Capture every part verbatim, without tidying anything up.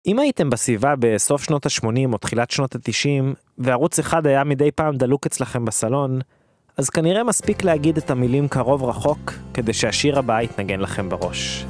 אם הייתם בסביבה בסוף שנות ה-שמונים או תחילת שנות ה-תשעים, וערוץ אחד היה מדי פעם דלוק אצלכם בסלון, אז כנראה מספיק להגיד את המילים קרוב רחוק, כדי שהשיר הבא יתנגן לכם בראש.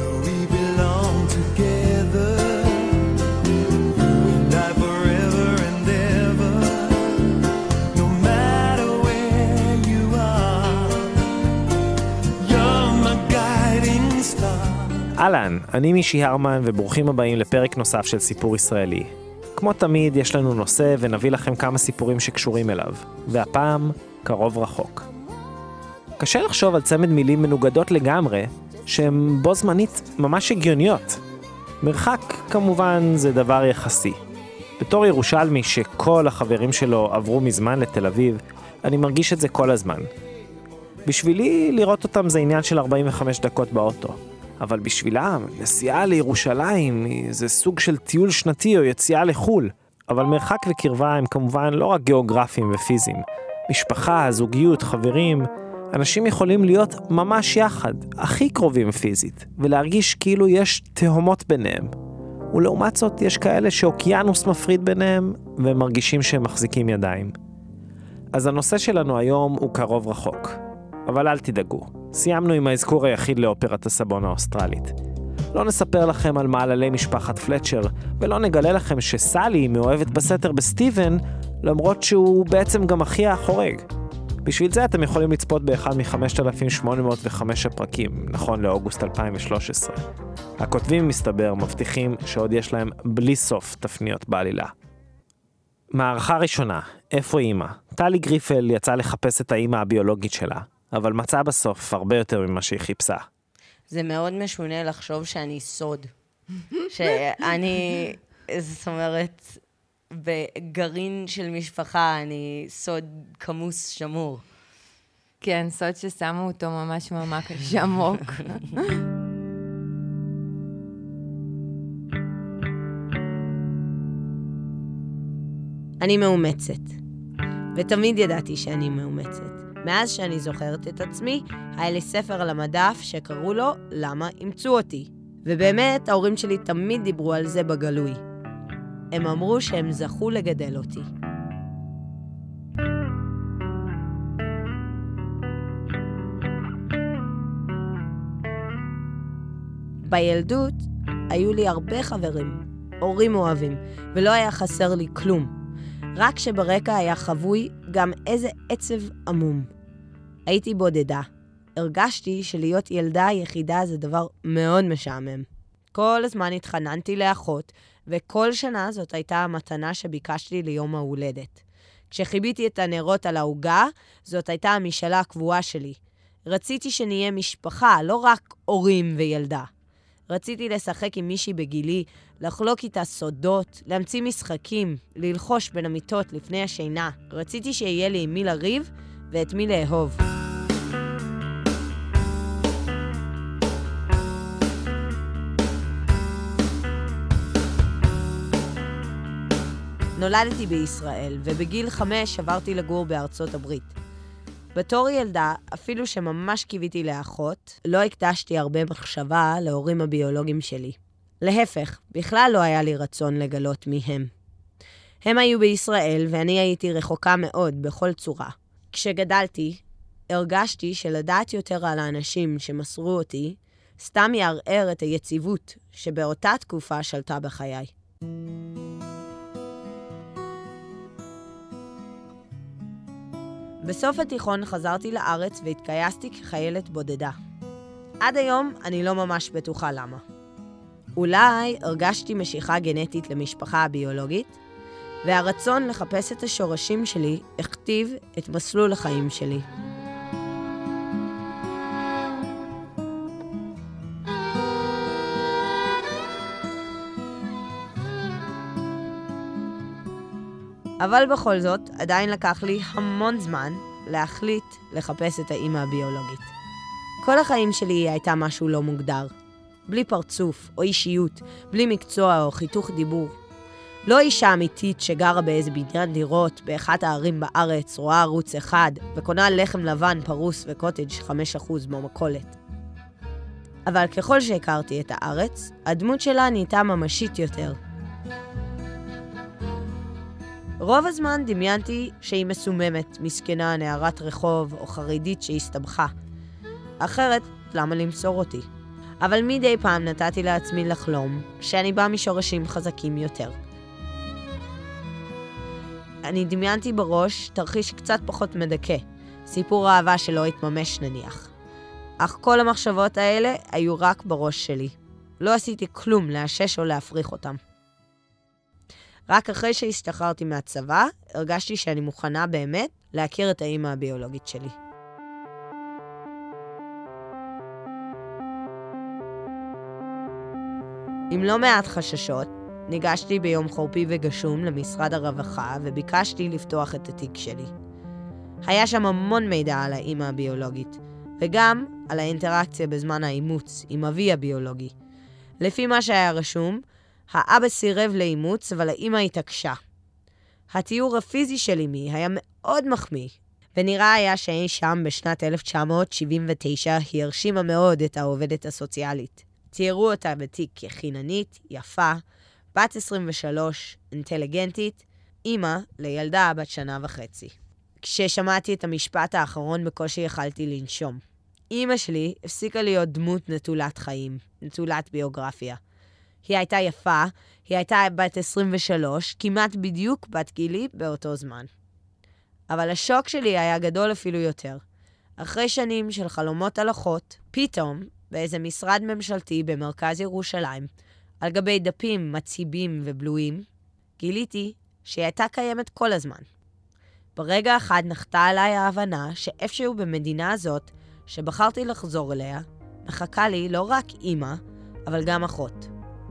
אהלן, אני מישי הרמן וברוכים הבאים לפרק נוסף של סיפור ישראלי. כמו תמיד יש לנו נושא ונביא לכם כמה סיפורים שקשורים אליו, והפעם קרוב רחוק. קשה לחשוב על צמד מילים מנוגדות לגמרי, שהן בו זמנית ממש הגיוניות. מרחק כמובן זה דבר יחסי. בתור ירושלמי שכל החברים שלו עברו מזמן לתל אביב, אני מרגיש את זה כל הזמן. בשבילי לראות אותם זה עניין של ארבעים וחמש דקות באוטו. אבל בשבילם, נסיעה לירושלים זה סוג של טיול שנתי או יציאה לחול. אבל מרחק וקרבה הם כמובן לא רק גיאוגרפיים ופיזיים. משפחה, זוגיות, חברים, אנשים יכולים להיות ממש יחד, הכי קרובים פיזית, ולהרגיש כאילו יש תהומות ביניהם. ולעומת זאת יש כאלה שאוקיינוס מפריד ביניהם, והם מרגישים שהם מחזיקים ידיים. אז הנושא שלנו היום הוא קרוב רחוק. אבל אל תדאגו, סיימנו עם האזכור היחיד לאופרת הסבון האוסטרלית. לא נספר לכם על מעללי משפחת פלצ'ר, ולא נגלה לכם שסלי מאוהבת בסתר בסטיבן, למרות שהוא בעצם גם אחיה החורג. בשביל זה אתם יכולים לצפות באחד מ-חמשת אלפים שמונה מאות וחמש הפרקים, נכון לאוגוסט אלפיים ושלוש עשרה. הכותבים מסתבר מבטיחים שעוד יש להם בלי סוף תפניות בעלילה. מערכה ראשונה, איפה אימא? טלי גריפל יצאה לחפש את האימא הביולוגית שלה. אבל מצא בסוף הרבה יותר ממה שהיא חיפשה. זה מאוד משונה לחשוב שאני סוד. שאני, זאת אומרת, בגרעין של משפחה, אני סוד כמוס שמור. כן, סוד ששמו אותו ממש ממש עמוק. אני מאומצת. ותמיד ידעתי שאני מאומצת. מאז שאני זוכרת את עצמי, היה לי ספר על המדף שקראו לו למה אימצו אותי. ובאמת, ההורים שלי תמיד דיברו על זה בגלוי. הם אמרו שהם זכו לגדל אותי. בילדות היו לי הרבה חברים, הורים אוהבים, ולא היה חסר לי כלום. רק שברקע היה חבוי גם איזה עצב עמום. הייתי בודדה. הרגשתי שלהיות ילדה יחידה זה דבר מאוד משעמם. כל הזמן התחננתי לאחות, וכל שנה זאת הייתה המתנה שביקשתי ליום ההולדת. כשחיביתי את הנרות על ההוגה, זאת הייתה המשאלה הקבועה שלי. רציתי שנהיה משפחה, לא רק הורים וילדה. רציתי לשחק עם מישהי בגילי, לחלוק איתה סודות, להמציא משחקים, ללחוש בין המיטות לפני השינה. רציתי שיהיה לי עם מי לריב ואת מי לאהוב. נולדתי בישראל, ובגיל חמש עברתי לגור בארצות הברית. בתור ילדה, אפילו שממש קיוויתי לאחות, לא הקדשתי הרבה מחשבה להורים הביולוגיים שלי. להפך, בכלל לא היה לי רצון לגלות מי הם. הם היו בישראל ואני הייתי רחוקה מאוד בכל צורה. כשגדלתי, הרגשתי שלדעת יותר על האנשים שמסרו אותי, סתם יערער את היציבות שבאותה תקופה שלטה בחיי. בסוף התיכון חזרתי לארץ והתגייסתי כחיילת בודדה. עד היום אני לא ממש בטוחה למה. אולי הרגשתי משיכה גנטית למשפחה הביולוגית, והרצון לחפש את השורשים שלי הכתיב את מסלול החיים שלי. אבל בכל זאת, עדיין לקח לי המון זמן להחליט לחפש את האמא הביולוגית. כל החיים שלי הייתה משהו לא מוגדר. בלי פרצוף או אישיות, בלי מקצוע או חיתוך דיבור. לא אישה אמיתית שגרה באיזה בניין דירות באחת הערים בארץ, רואה ערוץ אחד, וקונה לחם לבן פרוס וקוטג' חמישה אחוז במכולת. אבל ככל שהכרתי את הארץ, הדמות שלה נהייתה ממשית יותר, רוב הזמן דמיינתי שהיא מסוממת, מסכנה, נערת רחוב או חרדית שהסתבכה. אחרת, למה למסור אותי? אבל מדי פעם נתתי לעצמי לחלום שאני באה משורשים חזקים יותר. אני דמיינתי בראש תרחיש קצת פחות מדכא, סיפור אהבה שלא התממש נניח. אך כל המחשבות האלה היו רק בראש שלי. לא עשיתי כלום לאשש או להפריך אותם. רק אחרי שהשתחררתי מהצבא, הרגשתי שאני מוכנה באמת להכיר את האמא הביולוגית שלי. עם לא מעט חששות, ניגשתי ביום חורפי וגשום למשרד הרווחה וביקשתי לפתוח את התיק שלי. היה שם המון מידע על האמא הביולוגית, וגם על האינטראקציה בזמן האימוץ עם אבי הביולוגי. לפי מה שהיה רשום, האבא סירב לאימוץ, אבל האמא התעקשה. התיאור הפיזי של אמי היה מאוד מחמיא, ונראה היה שאי שם בשנת אלף תשע מאות שבעים ותשע היא הרשימה מאוד את העובדת הסוציאלית. תיארו אותה בתיק כחיננית, יפה, בת עשרים ושלוש, אינטליגנטית, אמא לילדה בת שנה וחצי. כששמעתי את המשפט האחרון בקושי יכלתי לנשום. אמא שלי הפסיקה להיות דמות נטולת חיים, נטולת ביוגרפיה. היא הייתה יפה, היא הייתה בת עשרים ושלוש, כמעט בדיוק בת גילי באותו זמן. אבל השוק שלי היה גדול אפילו יותר. אחרי שנים של חלומות על אחות, פתאום, באיזה משרד ממשלתי במרכז ירושלים, על גבי דפים מציבים ובלויים, גיליתי שהיא הייתה קיימת כל הזמן. ברגע אחד נחתה עליי ההבנה שאיפשהו במדינה הזאת, שבחרתי לחזור אליה, מחכה לי לא רק אמא, אבל גם אחות.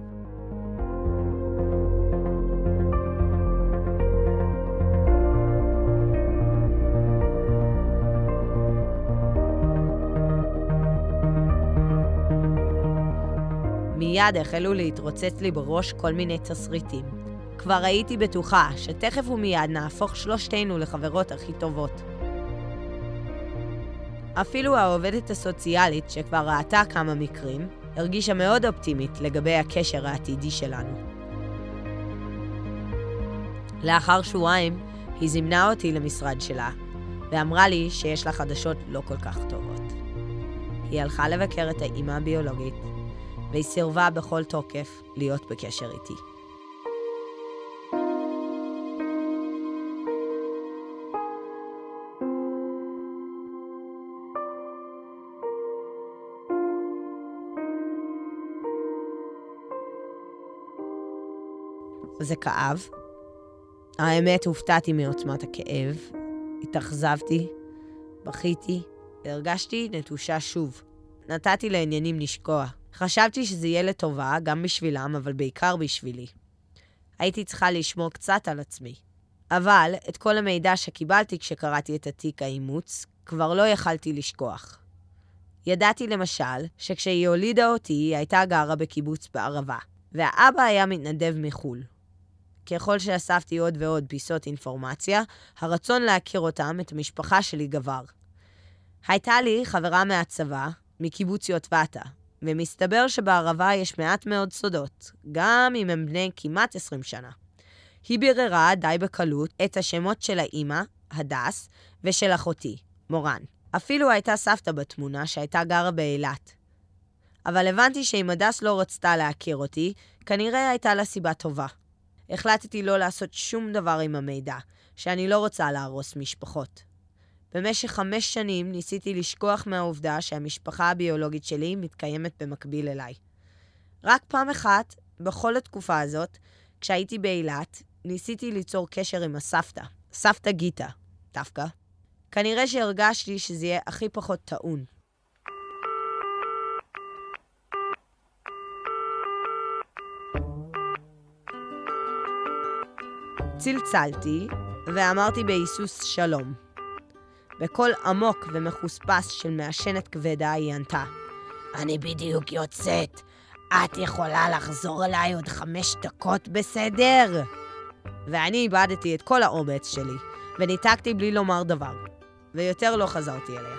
מיד החלו להתרוצץ לי בראש כל מיני תסריטים. כבר הייתי בטוחה שתכף ומיד נהפוך שלושתנו לחברות הכי טובות. אפילו העובדת הסוציאלית שכבר ראתה כמה מקרים, הרגישה מאוד אופטימית לגבי הקשר העתידי שלנו. לאחר שבועיים היא זימנה אותי למשרד שלה, ואמרה לי שיש לה חדשות לא כל כך טובות. היא הלכה לבקר את האמא הביולוגית, והיא סירבה בכל תוקף להיות בקשר איתי. זה כאב. האמת, הופתעתי מעוצמת הכאב, התאכזבתי, בכיתי, והרגשתי נטושה שוב. נתתי לעניינים לשקוע. חשבתי שזה יהיה לטובה, גם בשבילם, אבל בעיקר בשבילי. הייתי צריכה לשמור קצת על עצמי. אבל את כל המידע שקיבלתי כשקראתי את התיק האימוץ, כבר לא יכלתי לשכוח. ידעתי למשל שכשהיא הולידה אותי, היא הייתה גרה בקיבוץ בערבה, והאבא היה מתנדב מחול. ככל שאספתי עוד ועוד פיסות אינפורמציה, הרצון להכיר אותם, את המשפחה שלי גבר. הייתה לי חברה מהצבא, מקיבוץ יוטבתה, ומסתבר שבערבה יש מעט מאוד סודות, גם אם הם בני כמעט עשרים שנה. היא ביררה די בקלות את השמות של האמא, הדס, ושל אחותי, מורן. אפילו הייתה סבתא בתמונה שהייתה גרה באילת. אבל הבנתי שאם הדס לא רצתה להכיר אותי, כנראה הייתה לה סיבה טובה. החלטתי לא לעשות שום דבר עם המידע, שאני לא רוצה להרוס משפחות. במשך חמש שנים ניסיתי לשכוח מהעובדה שהמשפחה הביולוגית שלי מתקיימת במקביל אליי. רק פעם אחת, בכל התקופה הזאת, כשהייתי באילת, ניסיתי ליצור קשר עם הסבתא, סבתא גיטה, דווקא. כנראה שהרגשתי שזה יהיה הכי פחות טעון. צלצלתי ואמרתי בהיסוס שלום. בקול עמוק ומחוספס של מעשנת כבדה היא ענתה. אני בדיוק יוצאת. את יכולה לחזור אליי עוד חמש דקות בסדר? ואני איבדתי את כל האומץ שלי, וניתקתי בלי לומר דבר, ויותר לא חזרתי אליה.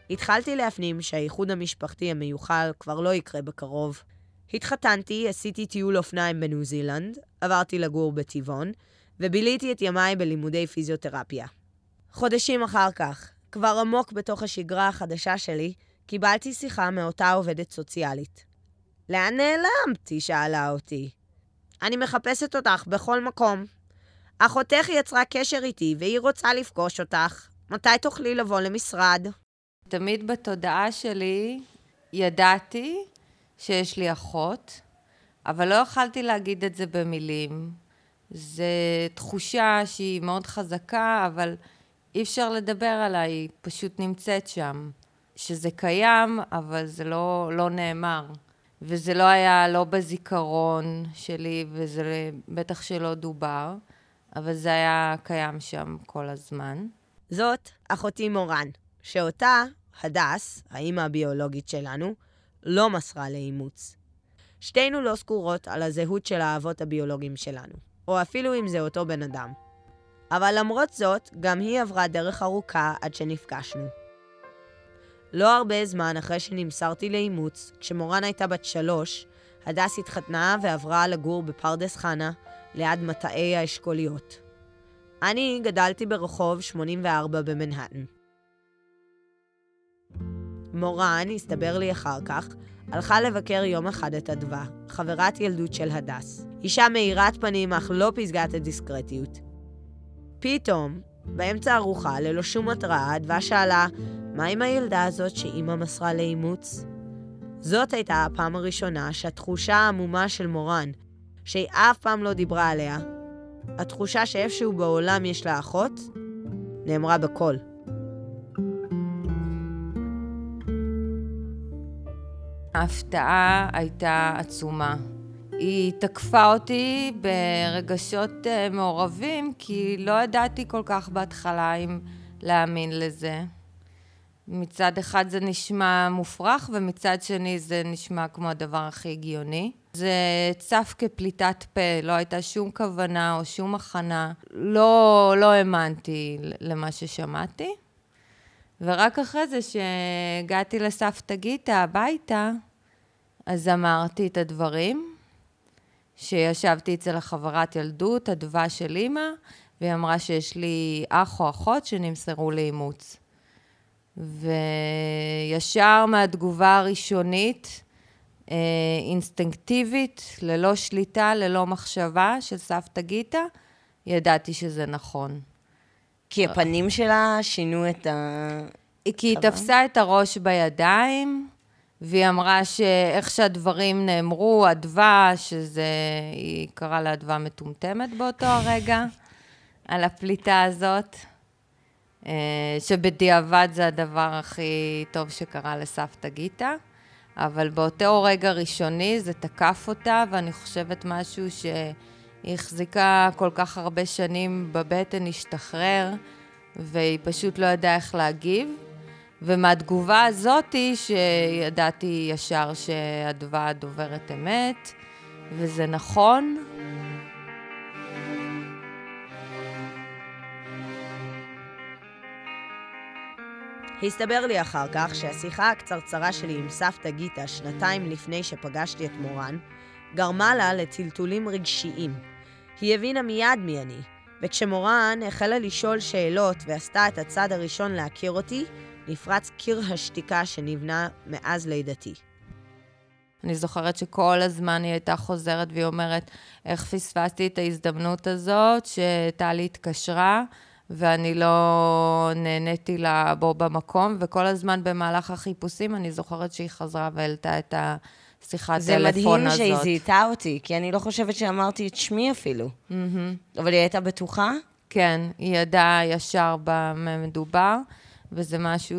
התחלתי להפנים שהאיחוד המשפחתי המיוחל כבר לא יקרה בקרוב. התחתנתי, עשיתי טיול אופניים בניו זילנד, עברתי לגור בטבעון, וביליתי את ימיי בלימודי פיזיותרפיה. חודשים אחר כך, כבר עמוק בתוך השגרה החדשה שלי, קיבלתי שיחה מאותה עובדת סוציאלית. לאן נעלמת? היא שאלה אותי. אני מחפשת אותך בכל מקום. אחותך יצרה קשר איתי והיא רוצה לפגוש אותך. מתי תוכלי לבוא למשרד? תמיד בתודעה שלי ידעתי שיש לי אחות, אבל לא יכלתי להגיד את זה במילים. זו תחושה שהיא מאוד חזקה, אבל אי אפשר לדבר עליי, היא פשוט נמצאת שם. שזה קיים, אבל זה לא, לא נאמר. וזה לא היה לא בזיכרון שלי, וזה בטח שלא דובר, אבל זה היה קיים שם כל הזמן. זאת אחותי מורן, שאותה הדס, האמא הביולוגית שלנו, לא מסרה לאימוץ. שתינו לא סגורות על הזהות של האבות הביולוגיים שלנו, או אפילו אם זה אותו בן אדם. אבל למרות זאת, גם היא עברה דרך ארוכה עד שנפגשנו. לא הרבה זמן אחרי שנמסרתי לאימוץ, כשמורן הייתה בת שלוש, הדס התחתנה ועברה לגור בפרדס חנה, ליד מטעי האשכוליות. אני גדלתי ברחוב שמונים וארבע במנהטן. מורן, הסתבר לי אחר כך, הלכה לבקר יום אחד את אדווה, חברת ילדות של הדס. אישה מאירת פנים אך לא פסגת הדיסקרטיות. פתאום, באמצע ארוחה, ללא שום התראה, אדווה שאלה, מה עם הילדה הזאת שאמא מסרה לאימוץ? זאת הייתה הפעם הראשונה שהתחושה העמומה של מורן, שהיא אף פעם לא דיברה עליה, התחושה שאיפשהו בעולם יש לה אחות, נאמרה בקול. ההפתעה הייתה עצומה. היא תקפה אותי ברגשות מעורבים, כי לא ידעתי כל כך בהתחלה אם להאמין לזה. מצד אחד זה נשמע מופרך, ומצד שני זה נשמע כמו הדבר הכי הגיוני. זה צף כפליטת פה, לא הייתה שום כוונה או שום הכנה. לא, לא האמנתי למה ששמעתי. ורק אחרי זה שהגעתי לסבתא גיטה הביתה, אז אמרתי את הדברים, שישבתי אצל החברת ילדות, אדווה של אמא, והיא אמרה שיש לי אח או אחות שנמסרו לאימוץ. וישר מהתגובה הראשונית, אינסטינקטיבית, ללא שליטה, ללא מחשבה של סבתא גיטה, ידעתי שזה נכון. כי הפנים שלה שינו את ה... כי היא תפסה את הראש בידיים, והיא אמרה שאיך שהדברים נאמרו, אדווה, שזה, היא קראה לה אדווה מטומטמת באותו הרגע, על הפליטה הזאת, שבדיעבד זה הדבר הכי טוב שקרה לסבתא גיטה, אבל באותו רגע ראשוני זה תקף אותה, ואני חושבת משהו שהיא החזיקה כל כך הרבה שנים בבטן, השתחרר, והיא פשוט לא ידעה איך להגיב. ומהתגובה הזאת שידעתי ישר שאדווה דוברת אמת, וזה נכון. הסתבר לי אחר כך שהשיחה הקצרצרה שלי עם סבתא גיטה שנתיים לפני שפגשתי את מורן, גרמה לה לטלטולים רגשיים. היא הבינה מיד מי אני, וכשמורן החלה לשאול שאלות ועשתה את הצד הראשון להכיר אותי, נפרץ קיר השתיקה שנבנה מאז לידתי. אני זוכרת שכל הזמן היא הייתה חוזרת והיא אומרת, איך פספסתי את ההזדמנות הזאת שטלי התקשרה, ואני לא נהניתי לה בו במקום, וכל הזמן במהלך החיפושים אני זוכרת שהיא חזרה והעלתה את השיחת טלפון הזאת. זה מדהים שהיא זיהתה אותי, כי אני לא חושבת שאמרתי את שמי אפילו. Mm-hmm. אבל היא הייתה בטוחה? כן, היא ידעה ישר במה מדובר, וזה משהו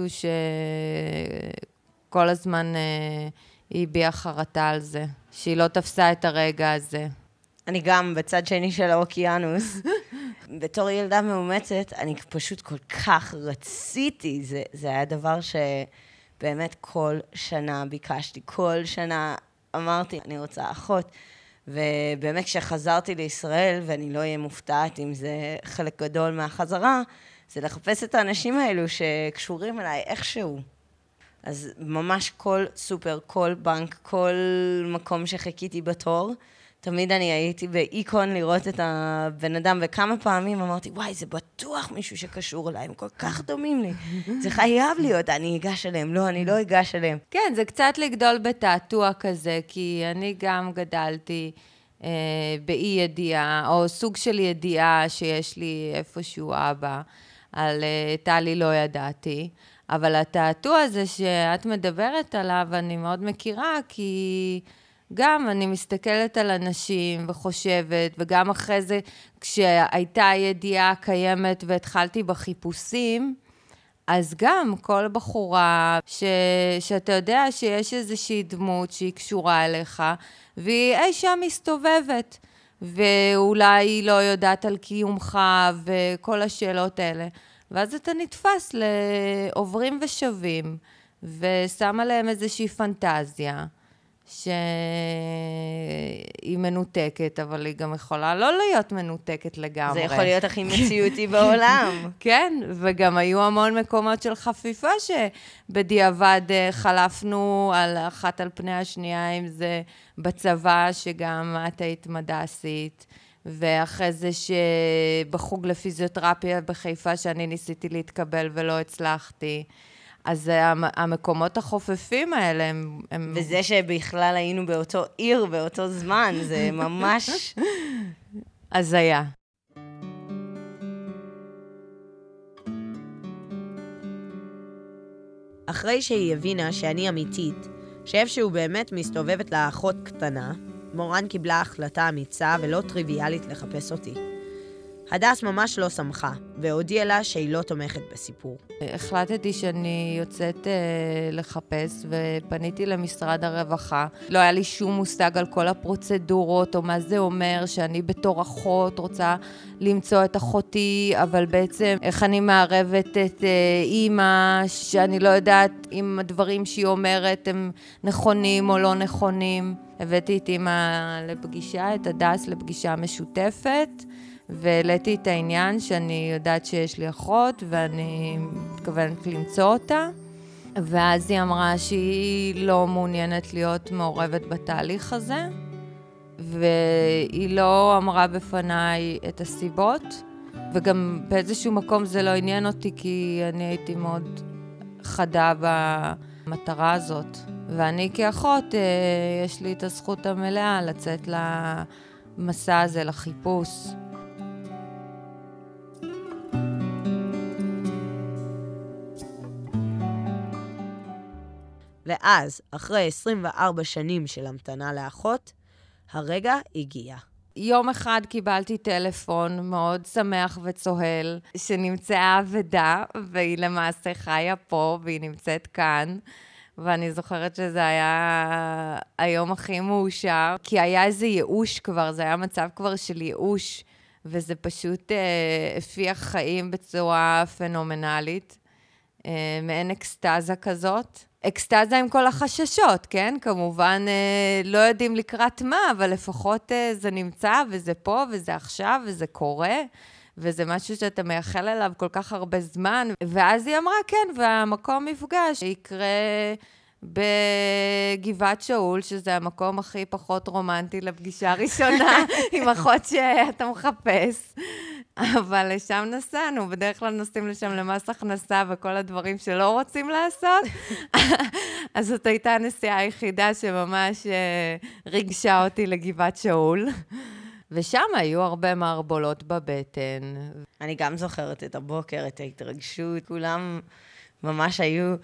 שכל הזמן היא הביעה חרטה על זה, שהיא לא תפסה את הרגע הזה. אני גם בצד שני של האוקיינוס. בתור ילדה מאומצת, אני פשוט כל כך רציתי. זה, זה היה דבר שבאמת כל שנה ביקשתי. כל שנה אמרתי, אני רוצה אחות. ובאמת כשחזרתי לישראל, ואני לא אהיה מופתעת אם זה חלק גדול מהחזרה, זה לחפש את האנשים האלו שקשורים אליי איכשהו. אז ממש כל סופר, כל בנק, כל מקום שחיכיתי בתור, תמיד אני הייתי באיקון לראות את הבן אדם, וכמה פעמים אמרתי, וואי, זה בטוח מישהו שקשור אליי, הם כל כך דומים לי. זה חייב להיות, אני אגש אליהם, לא, אני לא אגש אליהם. כן, זה קצת לגדול בתעתוע כזה, כי אני גם גדלתי אה, באי ידיעה, או סוג של ידיעה שיש לי איפשהו אבא, על אה, טלי לא ידעתי. אבל התעתוע הזה שאת מדברת עליו, אני מאוד מכירה, כי גם אני מסתכלת על אנשים וחושבת, וגם אחרי זה, כשהייתה ידיעה קיימת והתחלתי בחיפושים, אז גם כל בחורה ש... שאתה יודע שיש איזושהי דמות שהיא קשורה אליך, והיא אי שם מסתובבת, ואולי היא לא יודעת על קיומך וכל השאלות האלה. ואז אתה נתפס לעוברים ושווים, ושם עליהם איזושהי פנטזיה, שהיא מנותקת, אבל היא גם יכולה לא להיות מנותקת לגמרי. זה יכול להיות הכי מציאותי בעולם. כן, וגם היו המון מקומות של חפיפה שבדיעבד חלפנו על אחת על פני השנייה, אם זה בצבא, שגם את היית מדעסית, ואחרי זה שבחוג לפיזיותרפיה בחיפה שאני ניסיתי להתקבל ולא הצלחתי. אז המקומות החופפים האלה הם... הם... וזה שבכלל היינו באותו עיר, באותו זמן, זה ממש... אז היה. אחרי שהיא הבינה שאני אמיתית, שאיפשהו באמת מסתובבת לה אחות קטנה, מורן קיבלה החלטה אמיצה ולא טריוויאלית לחפש אותי. הדס ממש לא שמחה, והודיעה לה שהיא לא תומכת בסיפור. החלטתי שאני יוצאת אה, לחפש, ופניתי למשרד הרווחה. לא היה לי שום מושג על כל הפרוצדורות, או מה זה אומר שאני בתור אחות רוצה למצוא את אחותי, אבל בעצם איך אני מערבת את אה, אימא, שאני לא יודעת אם הדברים שהיא אומרת הם נכונים או לא נכונים. הבאתי את אימא לפגישה, את הדס לפגישה משותפת, והעליתי את העניין שאני יודעת שיש לי אחות, ואני מתכוונת למצוא אותה. ואז היא אמרה שהיא לא מעוניינת להיות מעורבת בתהליך הזה, והיא לא אמרה בפניי את הסיבות, וגם באיזשהו מקום זה לא עניין אותי, כי אני הייתי מאוד חדה במטרה הזאת. ואני כאחות, יש לי את הזכות המלאה לצאת למסע הזה, לחיפוש. ואז, אחרי עשרים וארבע שנים של המתנה לאחות, הרגע הגיע. יום אחד קיבלתי טלפון מאוד שמח וצוהל, שנמצאה אבדה, והיא למעשה חיה פה, והיא נמצאת כאן. ואני זוכרת שזה היה היום הכי מאושר, כי היה איזה ייאוש כבר, זה היה מצב כבר של ייאוש, וזה פשוט אה, הפיח חיים בצורה פנומנלית, אה, מעין אקסטאזה כזאת. אקסטאזה עם כל החששות, כן? כמובן אה, לא יודעים לקראת מה, אבל לפחות אה, זה נמצא, וזה פה, וזה עכשיו, וזה קורה, וזה משהו שאתה מייחל אליו כל כך הרבה זמן. ואז היא אמרה, כן, והמקום מפגש יקרה בגבעת שאול, שזה המקום הכי פחות רומנטי לפגישה ראשונה עם אחות שאתה מחפש. אבל לשם נסענו, בדרך כלל נוסעים לשם למס הכנסה וכל הדברים שלא רוצים לעשות. אז זאת הייתה הנסיעה היחידה שממש ריגשה אותי לגבעת שאול. ושם היו הרבה מערבולות בבטן. אני גם זוכרת את הבוקר, את ההתרגשות, כולם ממש היו...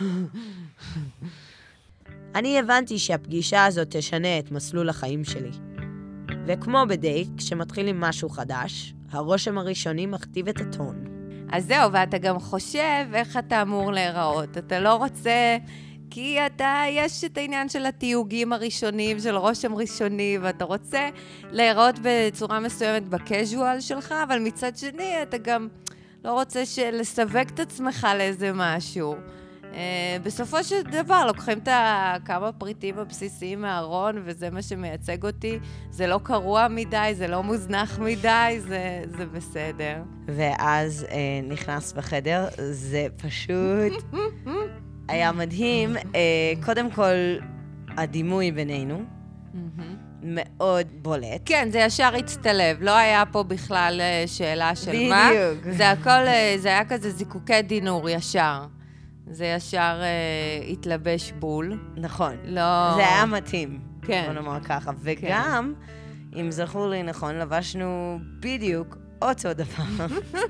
אני הבנתי שהפגישה הזאת תשנה את מסלול החיים שלי. וכמו בדייט, כשמתחילים משהו חדש, הרושם הראשוני מכתיב את הטון. אז זהו, ואתה גם חושב איך אתה אמור להיראות. אתה לא רוצה... כי אתה, יש את העניין של התיוגים הראשונים, של רושם ראשוני, ואתה רוצה להיראות בצורה מסוימת בקז'ואל שלך, אבל מצד שני אתה גם לא רוצה לסווג את עצמך לאיזה משהו. בסופו של דבר לוקחים את כמה פריטים הבסיסיים מהארון, וזה מה שמייצג אותי. זה לא קרוע מדי, זה לא מוזנח מדי, זה, זה בסדר. ואז אה, נכנס בחדר, זה פשוט... היה מדהים. קודם כל, הדימוי בינינו מאוד בולט. כן, זה ישר הצטלב. לא היה פה בכלל שאלה של מה. בדיוק. זה הכל, זה היה כזה זיקוקי דינור ישר. זה ישר התלבש בול. נכון. לא... זה היה מתאים. כן. בוא נאמר ככה. וגם, אם זכור לי נכון, לבשנו בדיוק אותו דבר.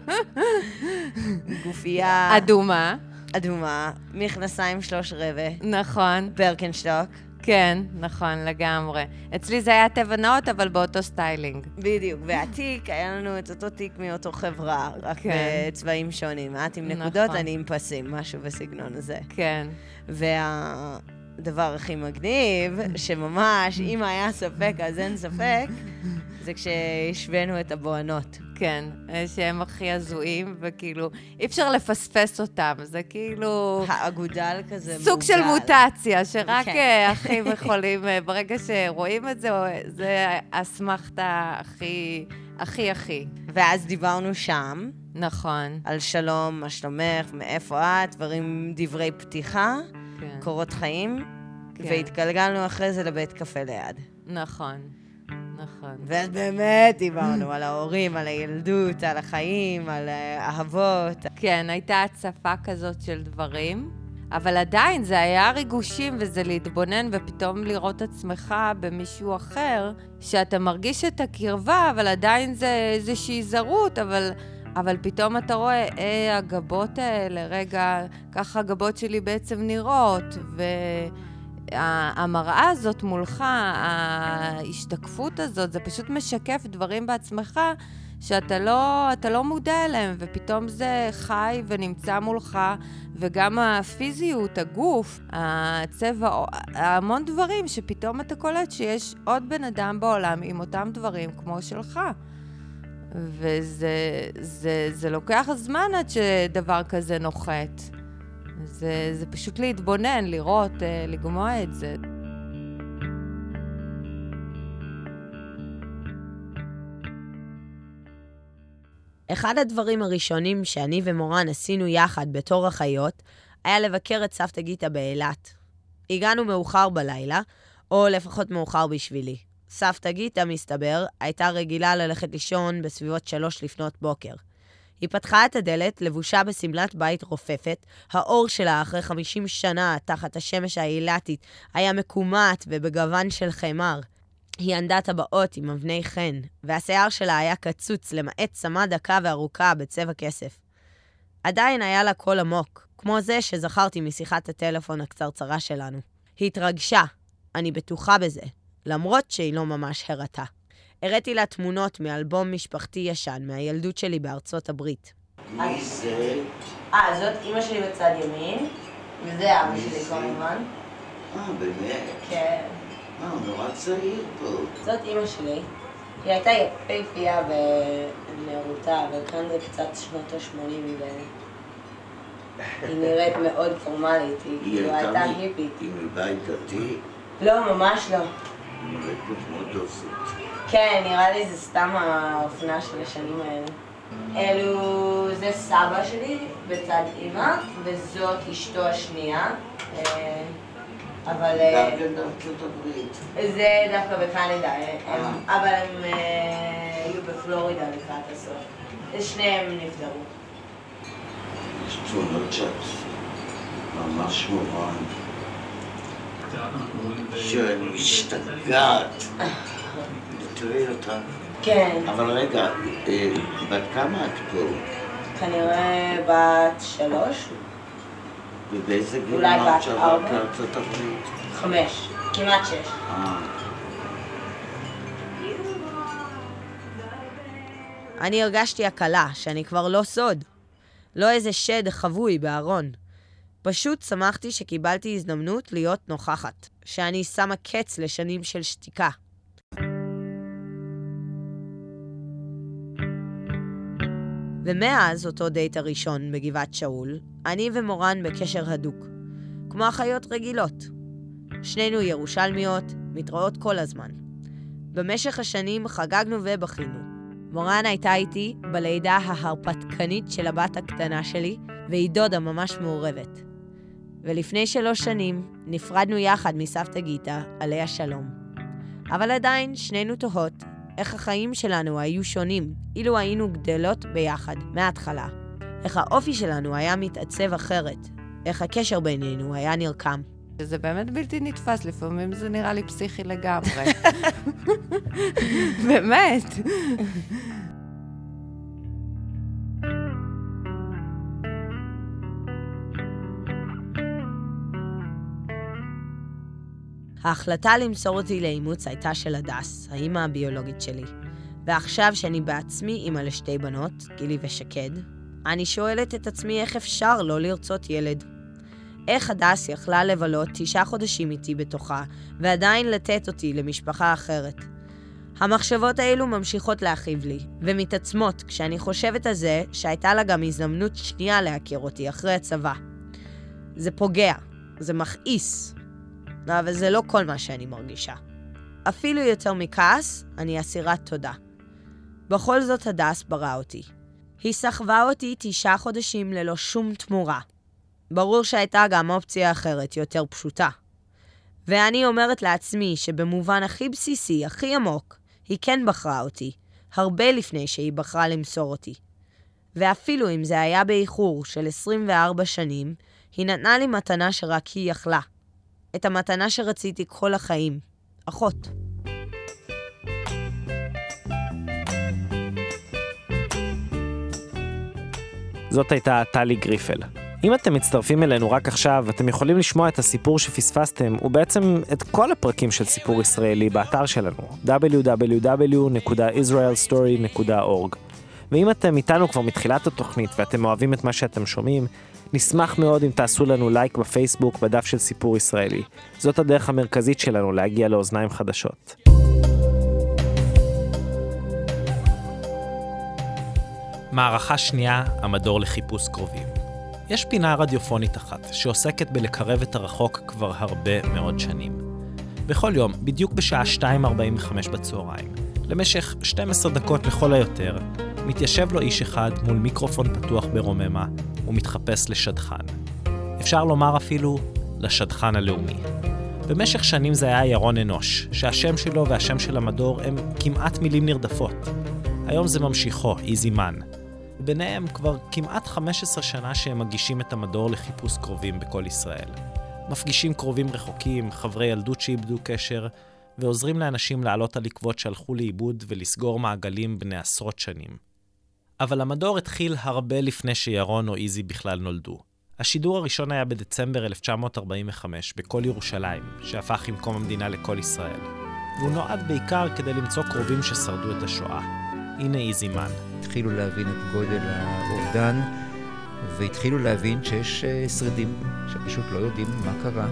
גופייה... אדומה. אדומה, מכנסיים שלוש רבע. נכון. ברקנשטוק. כן, נכון, לגמרי. אצלי זה היה טבע נאות, אבל באותו סטיילינג. בדיוק, והתיק, היה לנו את אותו תיק מאותו חברה, רק כן. בצבעים שונים. את עם נקודות, נכון. אני עם פסים, משהו בסגנון הזה. כן. והדבר הכי מגניב, שממש, אם היה ספק, אז אין ספק, זה כשהשווינו את הבוענות. כן, שהם הכי הזויים, וכאילו, אי אפשר לפספס אותם, זה כאילו... האגודל כזה מוגדל. סוג של מוטציה, שרק כן. אחים יכולים, ברגע שרואים את זה, זה אסמכתה הכי, הכי, הכי. ואז דיברנו שם, נכון. על שלום, מה שלומך, מאיפה את, דברים, דברי פתיחה, כן. קורות חיים, כן. והתגלגלנו אחרי זה לבית קפה ליד. נכון, נכון. ואז באמת דיברנו על ההורים, על הילדות, על החיים, על אהבות. כן, הייתה הצפה כזאת של דברים, אבל עדיין זה היה ריגושים וזה להתבונן ופתאום לראות עצמך במישהו אחר, שאתה מרגיש את הקרבה, אבל עדיין זה איזושהי זרות, אבל, אבל פתאום אתה רואה, אה, הגבות האלה, רגע, ככה הגבות שלי בעצם נראות, ו... המראה הזאת מולך, ההשתקפות הזאת, זה פשוט משקף דברים בעצמך שאתה לא, אתה לא מודע אליהם, ופתאום זה חי ונמצא מולך, וגם הפיזיות, הגוף, הצבע, המון דברים שפתאום אתה קולט שיש עוד בן אדם בעולם עם אותם דברים כמו שלך. וזה זה, זה לוקח זמן עד שדבר כזה נוחת. זה, זה פשוט להתבונן, לראות, לגמוע את זה. אחד הדברים הראשונים שאני ומורן עשינו יחד בתור אחיות, היה לבקר את סבתא גיטה באילת. הגענו מאוחר בלילה, או לפחות מאוחר בשבילי. סבתא גיטה, מסתבר, הייתה רגילה ללכת לישון בסביבות שלוש לפנות בוקר. היא פתחה את הדלת, לבושה בסמלת בית רופפת, האור שלה אחרי חמישים שנה תחת השמש האילתית היה מקומט ובגוון של חמר. היא ענדה טבעות עם אבני חן, והשיער שלה היה קצוץ למעט צמה דקה וארוכה בצבע כסף. עדיין היה לה קול עמוק, כמו זה שזכרתי משיחת הטלפון הקצרצרה שלנו. היא התרגשה, אני בטוחה בזה, למרות שהיא לא ממש הראתה. הראיתי לה תמונות מאלבום משפחתי ישן, מהילדות שלי בארצות הברית. מי זה? אה, זאת אמא שלי בצד ימין, וזה אבא שלי כמובן. אה, באמת? כן. אה, נורא צעיר פה. זאת אמא שלי. היא הייתה יפהפייה בנערותה, אבל כאן זה קצת שנות ה-שמונים מבני. היא נראית מאוד פורמלית, היא כאילו הייתה היפית. היא מבית דתי? לא, ממש לא. היא נראית כמו דוסית. כן, נראה לי זה סתם האופנה של השנים האלה. אלו, זה סבא שלי בצד אמא, וזאת אשתו השנייה. אבל... גם כן בארצות הברית. זה דווקא בקנדה, אבל הם היו בפלורידה לקראת הסוף. שניהם נפטרו. יש תמונות שאת ממש מובן. שאני משתגעת. תראי אותה. כן. אבל רגע, בת כמה את פה? כנראה בת שלוש. ובאיזה גיל אולי אמרת בת שעברת ארבע? לארצות הברית? חמש. כמעט שש. אה. אני הרגשתי הקלה, שאני כבר לא סוד. לא איזה שד חבוי בארון. פשוט שמחתי שקיבלתי הזדמנות להיות נוכחת, שאני שמה קץ לשנים של שתיקה. ומאז אותו דייט הראשון בגבעת שאול, אני ומורן בקשר הדוק, כמו אחיות רגילות. שנינו ירושלמיות, מתראות כל הזמן. במשך השנים חגגנו ובכינו. מורן הייתה איתי בלידה ההרפתקנית של הבת הקטנה שלי, והיא דודה ממש מעורבת. ולפני שלוש שנים נפרדנו יחד מסבתא גיטה, עליה שלום. אבל עדיין שנינו תוהות איך החיים שלנו היו שונים, אילו היינו גדלות ביחד, מההתחלה. איך האופי שלנו היה מתעצב אחרת, איך הקשר בינינו היה נרקם. זה באמת בלתי נתפס, לפעמים זה נראה לי פסיכי לגמרי. באמת. ההחלטה למסור אותי לאימוץ הייתה של הדס, האמא הביולוגית שלי. ועכשיו שאני בעצמי אמא לשתי בנות, גילי ושקד, אני שואלת את עצמי איך אפשר לא לרצות ילד. איך הדס יכלה לבלות תשעה חודשים איתי בתוכה, ועדיין לתת אותי למשפחה אחרת. המחשבות האלו ממשיכות להכאיב לי, ומתעצמות כשאני חושבת על זה שהייתה לה גם הזדמנות שנייה להכיר אותי אחרי הצבא. זה פוגע, זה מכעיס, אבל זה לא כל מה שאני מרגישה. אפילו יותר מכעס, אני אסירת תודה. בכל זאת הדס ברא אותי. היא סחבה אותי תשעה חודשים ללא שום תמורה. ברור שהייתה גם אופציה אחרת, יותר פשוטה. ואני אומרת לעצמי שבמובן הכי בסיסי, הכי עמוק, היא כן בחרה אותי, הרבה לפני שהיא בחרה למסור אותי. ואפילו אם זה היה באיחור של עשרים וארבע שנים, היא נתנה לי מתנה שרק היא יכלה. את המתנה שרציתי כל החיים, אחות. זאת הייתה טלי גריפל. אם אתם מצטרפים אלינו רק עכשיו, אתם יכולים לשמוע את הסיפור שפספסתם, ובעצם את כל הפרקים של סיפור ישראלי באתר שלנו, דאבליו דאבליו דאבליו נקודה ישראל סטורי נקודה אורג. ואם אתם איתנו כבר מתחילת התוכנית ואתם אוהבים את מה שאתם שומעים, נשמח מאוד אם תעשו לנו לייק בפייסבוק בדף של סיפור ישראלי. זאת הדרך המרכזית שלנו להגיע לאוזניים חדשות. מערכה שנייה, המדור לחיפוש קרובים. יש פינה רדיופונית אחת שעוסקת בלקרב את הרחוק כבר הרבה מאוד שנים. בכל יום, בדיוק בשעה שתיים ארבעים וחמש בצהריים, למשך שתים עשרה דקות לכל היותר, מתיישב לו איש אחד מול מיקרופון פתוח ברוממה ומתחפש לשדכן. אפשר לומר אפילו לשדכן הלאומי. במשך שנים זה היה ירון אנוש, שהשם שלו והשם של המדור הם כמעט מילים נרדפות. היום זה ממשיכו, איזי מן. וביניהם כבר כמעט חמש עשרה שנה שהם מגישים את המדור לחיפוש קרובים בכל ישראל. מפגישים קרובים רחוקים, חברי ילדות שאיבדו קשר, ועוזרים לאנשים לעלות על עקבות שהלכו לאיבוד ולסגור מעגלים בני עשרות שנים. אבל המדור התחיל הרבה לפני שירון או איזי בכלל נולדו. השידור הראשון היה בדצמבר אלף תשע מאות ארבעים וחמש בכל ירושלים, שהפך עם קום המדינה לכל ישראל. והוא נועד בעיקר כדי למצוא קרובים ששרדו את השואה. הנה איזי מן. התחילו להבין את גודל האובדן, והתחילו להבין שיש שרידים שפשוט לא יודעים מה קרה.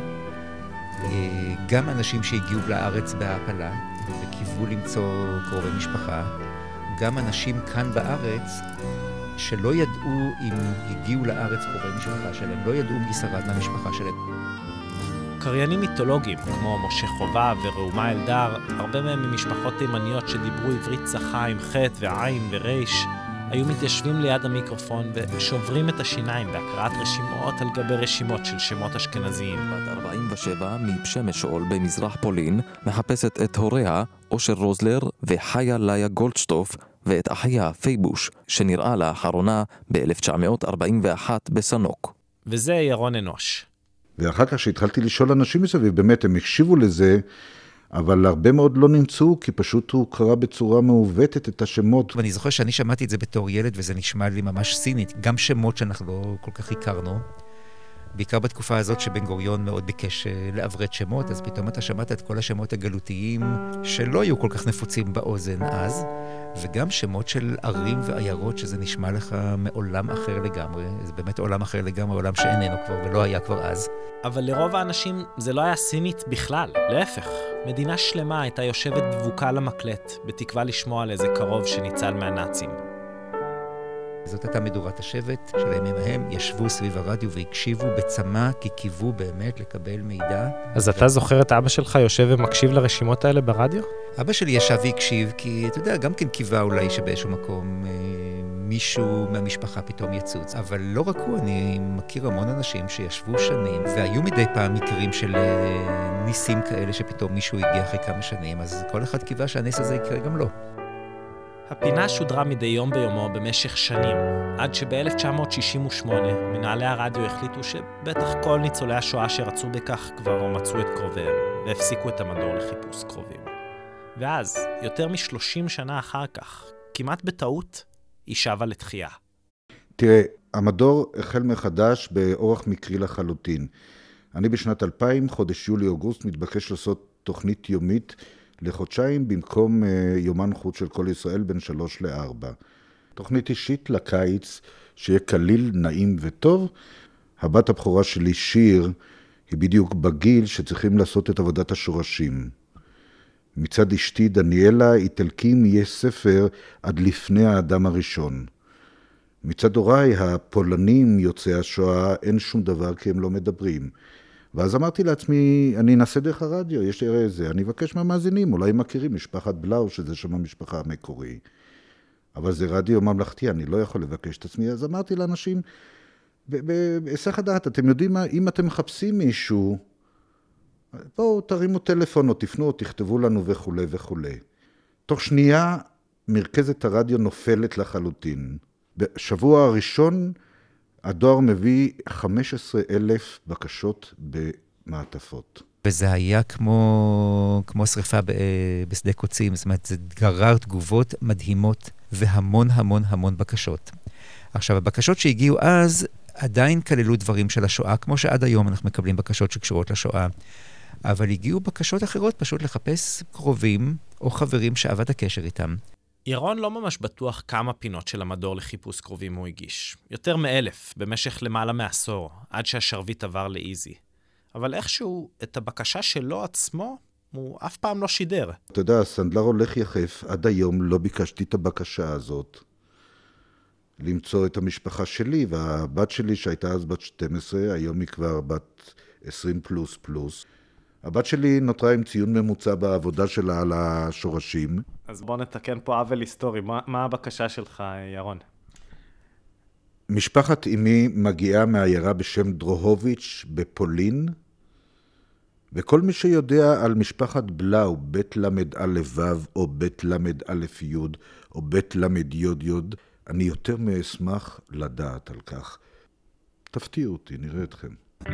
גם אנשים שהגיעו לארץ בהעפלה וקיוו למצוא קרובי משפחה, גם אנשים כאן בארץ שלא ידעו אם הגיעו לארץ קרובי משפחה שלהם, לא ידעו מי שרד מהמשפחה שלהם. קריינים מיתולוגיים כמו משה חובב וראומה אלדר, הרבה מהם ממשפחות תימניות שדיברו עברית צחה עם חטא ועין וריש, היו מתיישבים ליד המיקרופון ושוברים את השיניים בהקראת רשימות על גבי רשימות של שמות אשכנזיים. בת ארבעים ושבע מבשם משעול במזרח פולין מחפשת את הוריה אושר רוזלר וחיה ליה גולדשטוף ואת אחיה פייבוש שנראה לאחרונה ב-אלף תשע מאות ארבעים ואחת בסנוק. וזה ירון אנוש. ואחר כך שהתחלתי לשאול אנשים מסביב, באמת הם הקשיבו לזה, אבל הרבה מאוד לא נמצאו, כי פשוט הוא קרא בצורה מעוותת את השמות. ואני זוכר שאני שמעתי את זה בתור ילד, וזה נשמע לי ממש סינית. גם שמות שאנחנו לא כל כך הכרנו. בעיקר בתקופה הזאת שבן גוריון מאוד ביקש לעברת שמות, אז פתאום אתה שמעת את כל השמות הגלותיים שלא היו כל כך נפוצים באוזן אז, וגם שמות של ערים ועיירות שזה נשמע לך מעולם אחר לגמרי. זה באמת עולם אחר לגמרי, עולם שאיננו כבר ולא היה כבר אז. אבל לרוב האנשים זה לא היה סינית בכלל, להפך. מדינה שלמה הייתה יושבת דבוקה למקלט, בתקווה לשמוע על איזה קרוב שניצל מהנאצים. זאת הייתה מדורת השבט שלהם, הם ישבו סביב הרדיו והקשיבו בצמא, כי קיוו באמת לקבל מידע. אז אתה זוכר את אבא שלך יושב ומקשיב לרשימות האלה ברדיו? אבא שלי ישב והקשיב, כי אתה יודע, גם כן קיווה אולי שבאיזשהו מקום אה, מישהו מהמשפחה פתאום יצוץ. אבל לא רק הוא, אני מכיר המון אנשים שישבו שנים, והיו מדי פעם מקרים של ניסים כאלה שפתאום מישהו הגיע אחרי כמה שנים, אז כל אחד קיווה שהנס הזה יקרה גם לו. הפינה שודרה מדי יום ביומו במשך שנים, עד שב-אלף תשע מאות שישים ושמונה מנהלי הרדיו החליטו שבטח כל ניצולי השואה שרצו בכך כבר מצאו את קרוביהם, והפסיקו את המדור לחיפוש קרובים. ואז, יותר משלושים שנה אחר כך, כמעט בטעות, היא שבה לתחייה. תראה, המדור החל מחדש באורח מקרי לחלוטין. אני בשנת אלפיים, חודש יולי-אוגוסט, מתבקש לעשות תוכנית יומית לחודשיים במקום uh, יומן חוץ של כל ישראל בין שלוש לארבע. תוכנית אישית לקיץ, שיהיה קליל, נעים וטוב. הבת הבכורה שלי, שיר, היא בדיוק בגיל שצריכים לעשות את עבודת השורשים. מצד אשתי, דניאלה, איטלקים יהיה ספר עד לפני האדם הראשון. מצד הוריי, הפולנים, יוצאי השואה, אין שום דבר כי הם לא מדברים. ואז אמרתי לעצמי, אני אנסה דרך הרדיו, יש לי הרי איזה, אני אבקש מהמאזינים, אולי מכירים משפחת בלאו, שזה שם המשפחה המקורי. אבל זה רדיו ממלכתי, אני לא יכול לבקש את עצמי, אז אמרתי לאנשים, בהיסח הדעת, אתם יודעים מה, אם אתם מחפשים מישהו, בואו תרימו טלפון או תפנו או תכתבו לנו וכו' וכו'. תוך שנייה, מרכזת הרדיו נופלת לחלוטין. בשבוע הראשון, הדואר מביא חמישה עשר אלף בקשות במעטפות. וזה היה כמו, כמו שריפה ב, בשדה קוצים, זאת אומרת, זה גרר תגובות מדהימות והמון המון המון בקשות. עכשיו, הבקשות שהגיעו אז עדיין כללו דברים של השואה, כמו שעד היום אנחנו מקבלים בקשות שקשורות לשואה, אבל הגיעו בקשות אחרות פשוט לחפש קרובים או חברים שעבד הקשר איתם. ירון לא ממש בטוח כמה פינות של המדור לחיפוש קרובים הוא הגיש. יותר מאלף, במשך למעלה מעשור, עד שהשרביט עבר לאיזי. אבל איכשהו, את הבקשה שלו עצמו, הוא אף פעם לא שידר. אתה יודע, הסנדלר הולך יחף, עד היום לא ביקשתי את הבקשה הזאת. למצוא את המשפחה שלי, והבת שלי שהייתה אז בת שתים עשרה, היום היא כבר בת עשרים פלוס פלוס. הבת שלי נותרה עם ציון ממוצע בעבודה שלה על השורשים. אז בוא נתקן פה עוול היסטורי. מה, מה הבקשה שלך, ירון? משפחת אמי מגיעה מעיירה בשם דרוהוביץ' בפולין, וכל מי שיודע על משפחת בלאו, בית למד א' ו' או בית למד א' י' או בית למד י' י', אני יותר מאשמח לדעת על כך. תפתיעו אותי, נראה אתכם.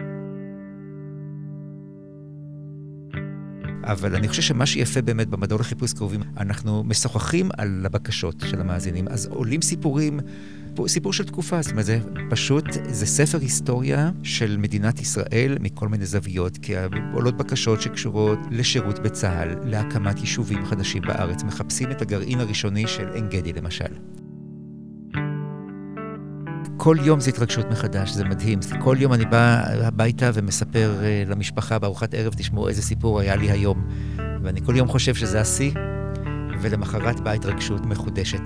אבל אני חושב שמה שיפה באמת במדור לחיפוש קרובים, אנחנו משוחחים על הבקשות של המאזינים, אז עולים סיפורים, סיפור של תקופה, זאת אומרת, זה פשוט, זה ספר היסטוריה של מדינת ישראל מכל מיני זוויות, כי עולות בקשות שקשורות לשירות בצהל, להקמת יישובים חדשים בארץ, מחפשים את הגרעין הראשוני של עין גדי למשל. כל יום זה התרגשות מחדש, זה מדהים. כל יום אני בא הביתה ומספר uh, למשפחה בארוחת ערב, תשמעו איזה סיפור היה לי היום. ואני כל יום חושב שזה השיא, ולמחרת באה התרגשות מחודשת.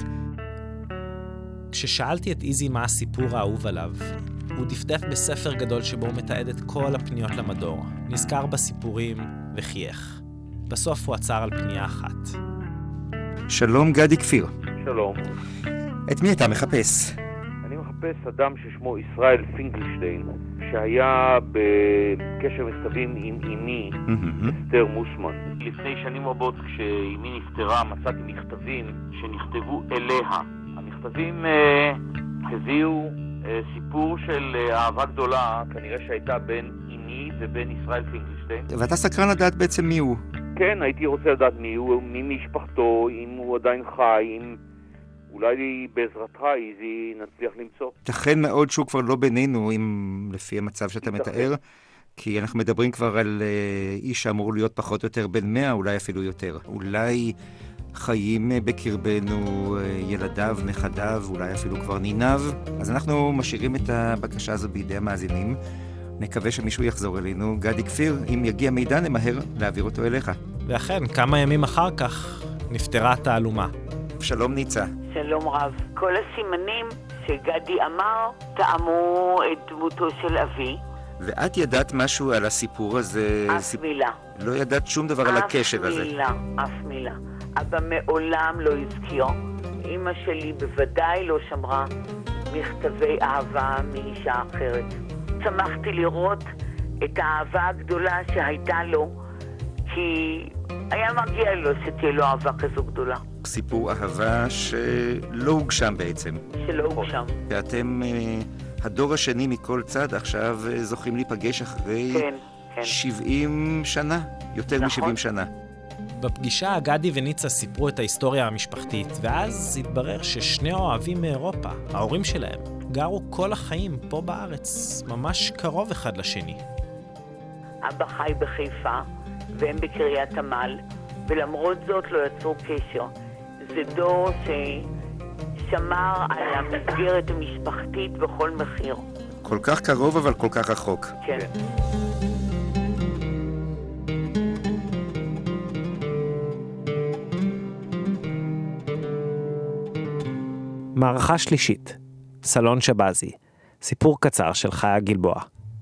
כששאלתי את איזי מה הסיפור האהוב עליו, הוא דפדף בספר גדול שבו הוא מתעד את כל הפניות למדור, נזכר בסיפורים וחייך. בסוף הוא עצר על פנייה אחת. שלום גדי כפיר. שלום. את מי אתה מחפש? מחפש אדם ששמו ישראל פינקלשטיין, שהיה בקשר מכתבים עם אמי, אסתר מוסמן. לפני שנים רבות, כשאמי נפטרה, מצאתי מכתבים שנכתבו אליה. המכתבים אה, הביאו אה, סיפור של אה, אהבה גדולה, כנראה שהייתה בין אמי ובין ישראל פינקלשטיין. ואתה סקרן לדעת בעצם מי הוא? כן, הייתי רוצה לדעת מי הוא, מי משפחתו, אם הוא עדיין חי, אם... אולי בעזרתך, איזי, נצליח למצוא. תכן מאוד שהוא כבר לא בינינו, אם לפי המצב שאתה מתאר, כי אנחנו מדברים כבר על uh, איש שאמור להיות פחות או יותר בין מאה, אולי אפילו יותר. אולי חיים בקרבנו uh, ילדיו, נכדיו, אולי אפילו כבר ניניו. אז אנחנו משאירים את הבקשה הזו בידי המאזינים. נקווה שמישהו יחזור אלינו. גדי כפיר, אם יגיע מידע, נמהר להעביר אותו אליך. ואכן, כמה ימים אחר כך נפטרה התעלומה. שלום ניצה. שלום רב. כל הסימנים שגדי אמר טעמו את דמותו של אבי. ואת ידעת משהו על הסיפור הזה? אף סיפ... מילה. לא ידעת שום דבר על הקשר הזה? אף מילה, אף מילה. אבא מעולם לא הזכיר אמא שלי בוודאי לא שמרה מכתבי אהבה מאישה אחרת. שמחתי לראות את האהבה הגדולה שהייתה לו, כי היה מגיע לו שתהיה לו אהבה כזו גדולה. סיפור אהבה שלא הוגשם בעצם. שלא הוגשם. ואתם, הדור השני מכל צד, עכשיו זוכים להיפגש אחרי כן, כן. שבעים שנה, יותר נכון. מ-שבעים שנה. בפגישה גדי וניצה סיפרו את ההיסטוריה המשפחתית, ואז התברר ששני אוהבים מאירופה, ההורים שלהם, גרו כל החיים פה בארץ, ממש קרוב אחד לשני. אבא חי בחיפה, והם בקריית עמל, ולמרות זאת לא יצרו קשר. זה דור ששמר על המסגרת המשפחתית בכל מחיר. כל כך קרוב אבל כל כך רחוק. כן. מערכה שלישית, סלון שבזי, סיפור קצר של חיה גלבוע.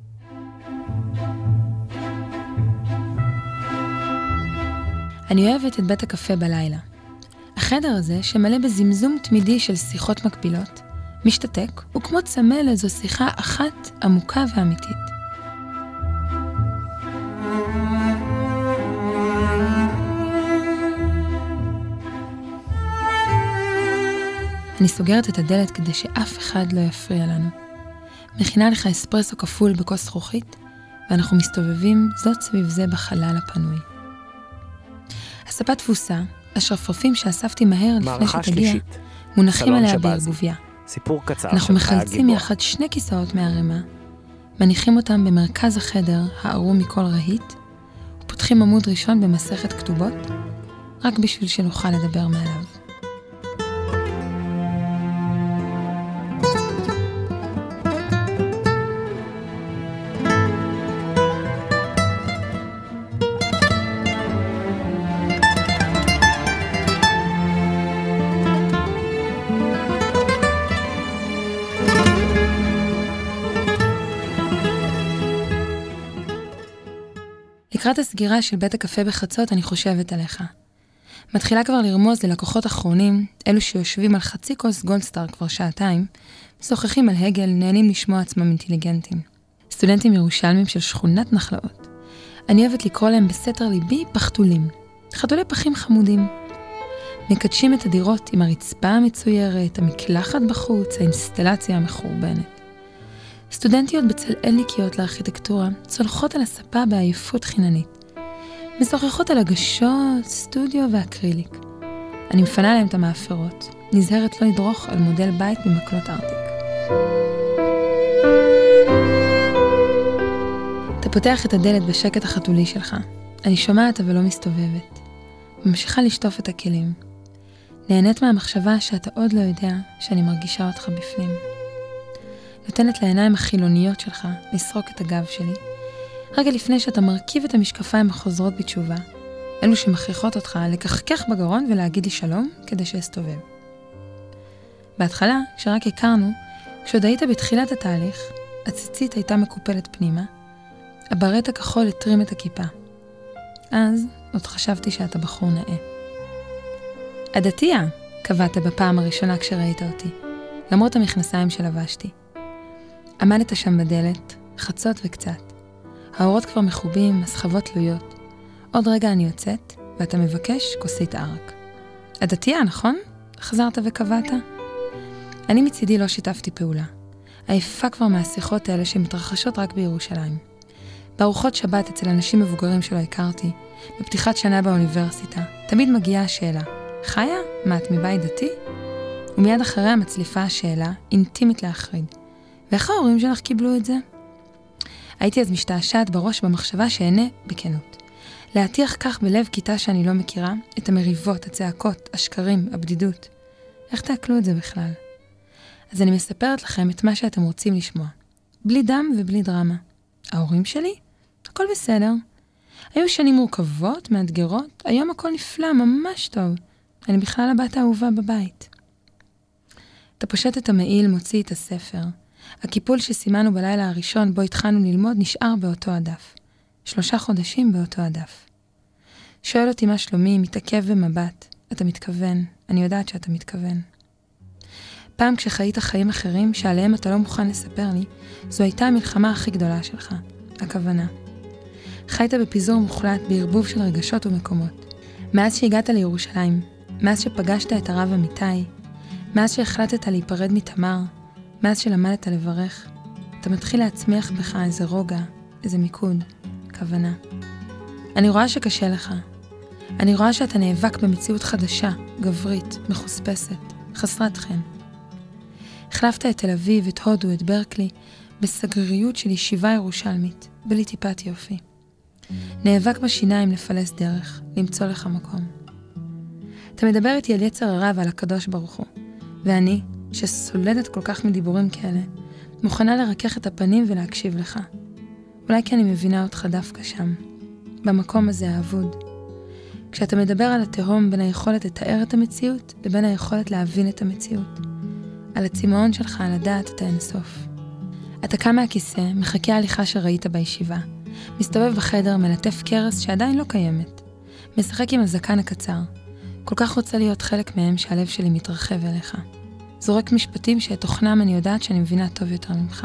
אני אוהבת את בית הקפה בלילה. החדר הזה, שמלא בזמזום תמידי של שיחות מקבילות, משתתק, וכמו צמא לאיזו שיחה אחת עמוקה ואמיתית. אני סוגרת את הדלת כדי שאף אחד לא יפריע לנו. מכינה לך אספרסו כפול בכוס זכוכית, ואנחנו מסתובבים זאת סביב זה בחלל הפנוי. הספה תפוסה, השרפרפים שאספתי מהר לפני שתגיע, מונחים עליה בערבוביה. סיפור קצר אנחנו מחלצים יחד שני כיסאות מהרמה, מניחים אותם במרכז החדר הערום מכל רהיט, ופותחים עמוד ראשון במסכת כתובות, רק בשביל שנוכל לדבר מעליו. לקראת הסגירה של בית הקפה בחצות אני חושבת עליך. מתחילה כבר לרמוז ללקוחות אחרונים, אלו שיושבים על חצי כוס גולדסטאר כבר שעתיים, משוחחים על הגל, נהנים לשמוע עצמם אינטליגנטים. סטודנטים ירושלמים של שכונת נחלאות. אני אוהבת לקרוא להם בסתר ליבי פחתולים. חתולי פחים חמודים. מקדשים את הדירות עם הרצפה המצוירת, המקלחת בחוץ, האינסטלציה המחורבנת. סטודנטיות בצלאלניקיות לארכיטקטורה צולחות על הספה בעייפות חיננית. משוחחות על הגשות, סטודיו ואקריליק. אני מפנה להם את המאפרות, נזהרת לא לדרוך על מודל בית ממקלות ארטיק. אתה פותח את הדלת בשקט החתולי שלך. אני שומעת אבל לא מסתובבת. ממשיכה לשטוף את הכלים. נהנית מהמחשבה שאתה עוד לא יודע שאני מרגישה אותך בפנים. נותנת לעיניים החילוניות שלך לסרוק את הגב שלי, רגע לפני שאתה מרכיב את המשקפיים החוזרות בתשובה, אלו שמכריחות אותך לקחקח בגרון ולהגיד לי שלום כדי שאסתובב. בהתחלה, כשרק הכרנו, כשעוד היית בתחילת התהליך, הציצית הייתה מקופלת פנימה, הברט הכחול התרים את הכיפה. אז עוד חשבתי שאתה בחור נאה. עדתיה, קבעת בפעם הראשונה כשראית אותי, למרות המכנסיים שלבשתי. עמדת שם בדלת, חצות וקצת. האורות כבר מחובים, הסחבות תלויות. עוד רגע אני יוצאת, ואתה מבקש כוסית ערק. עדתיה, נכון? חזרת וקבעת? אני מצידי לא שיתפתי פעולה. עייפה כבר מהשיחות האלה שמתרחשות רק בירושלים. בארוחות שבת אצל אנשים מבוגרים שלא הכרתי, בפתיחת שנה באוניברסיטה, תמיד מגיעה השאלה, חיה? מה, את מבית דתי? ומיד אחריה מצליפה השאלה, אינטימית להחריד. ואיך ההורים שלך קיבלו את זה? הייתי אז משתעשעת בראש במחשבה שאענה בכנות. להטיח כך בלב כיתה שאני לא מכירה, את המריבות, הצעקות, השקרים, הבדידות. איך תעכלו את זה בכלל? אז אני מספרת לכם את מה שאתם רוצים לשמוע. בלי דם ובלי דרמה. ההורים שלי? הכל בסדר. היו שנים מורכבות, מאתגרות, היום הכל נפלא, ממש טוב. אני בכלל הבת האהובה בבית. אתה פושט את המעיל, מוציא את הספר. הקיפול שסימנו בלילה הראשון בו התחלנו ללמוד נשאר באותו הדף. שלושה חודשים באותו הדף. שואל אותי מה שלומי, מתעכב במבט. אתה מתכוון, אני יודעת שאתה מתכוון. פעם כשחיית חיים אחרים שעליהם אתה לא מוכן לספר לי, זו הייתה המלחמה הכי גדולה שלך, הכוונה. חיית בפיזור מוחלט בערבוב של רגשות ומקומות. מאז שהגעת לירושלים, מאז שפגשת את הרב אמיתי, מאז שהחלטת להיפרד מתמר, מאז שלמדת לברך, אתה מתחיל להצמיח בך איזה רוגע, איזה מיקוד, כוונה. אני רואה שקשה לך. אני רואה שאתה נאבק במציאות חדשה, גברית, מחוספסת, חסרת חן. החלפת את תל אביב, את הודו, את ברקלי, בסגריות של ישיבה ירושלמית, בלי טיפת יופי. נאבק בשיניים לפלס דרך, למצוא לך מקום. אתה מדבר איתי על יצר הרע ועל הקדוש ברוך הוא, ואני, שסולדת כל כך מדיבורים כאלה, מוכנה לרכך את הפנים ולהקשיב לך. אולי כי אני מבינה אותך דווקא שם, במקום הזה האבוד. כשאתה מדבר על התהום בין היכולת לתאר את המציאות לבין היכולת להבין את המציאות. על הצמאון שלך על הדעת את האינסוף. אתה קם מהכיסא, מחכה הליכה שראית בישיבה. מסתובב בחדר, מלטף קרס שעדיין לא קיימת. משחק עם הזקן הקצר. כל כך רוצה להיות חלק מהם שהלב שלי מתרחב אליך. זורק משפטים שאת תוכנם אני יודעת שאני מבינה טוב יותר ממך.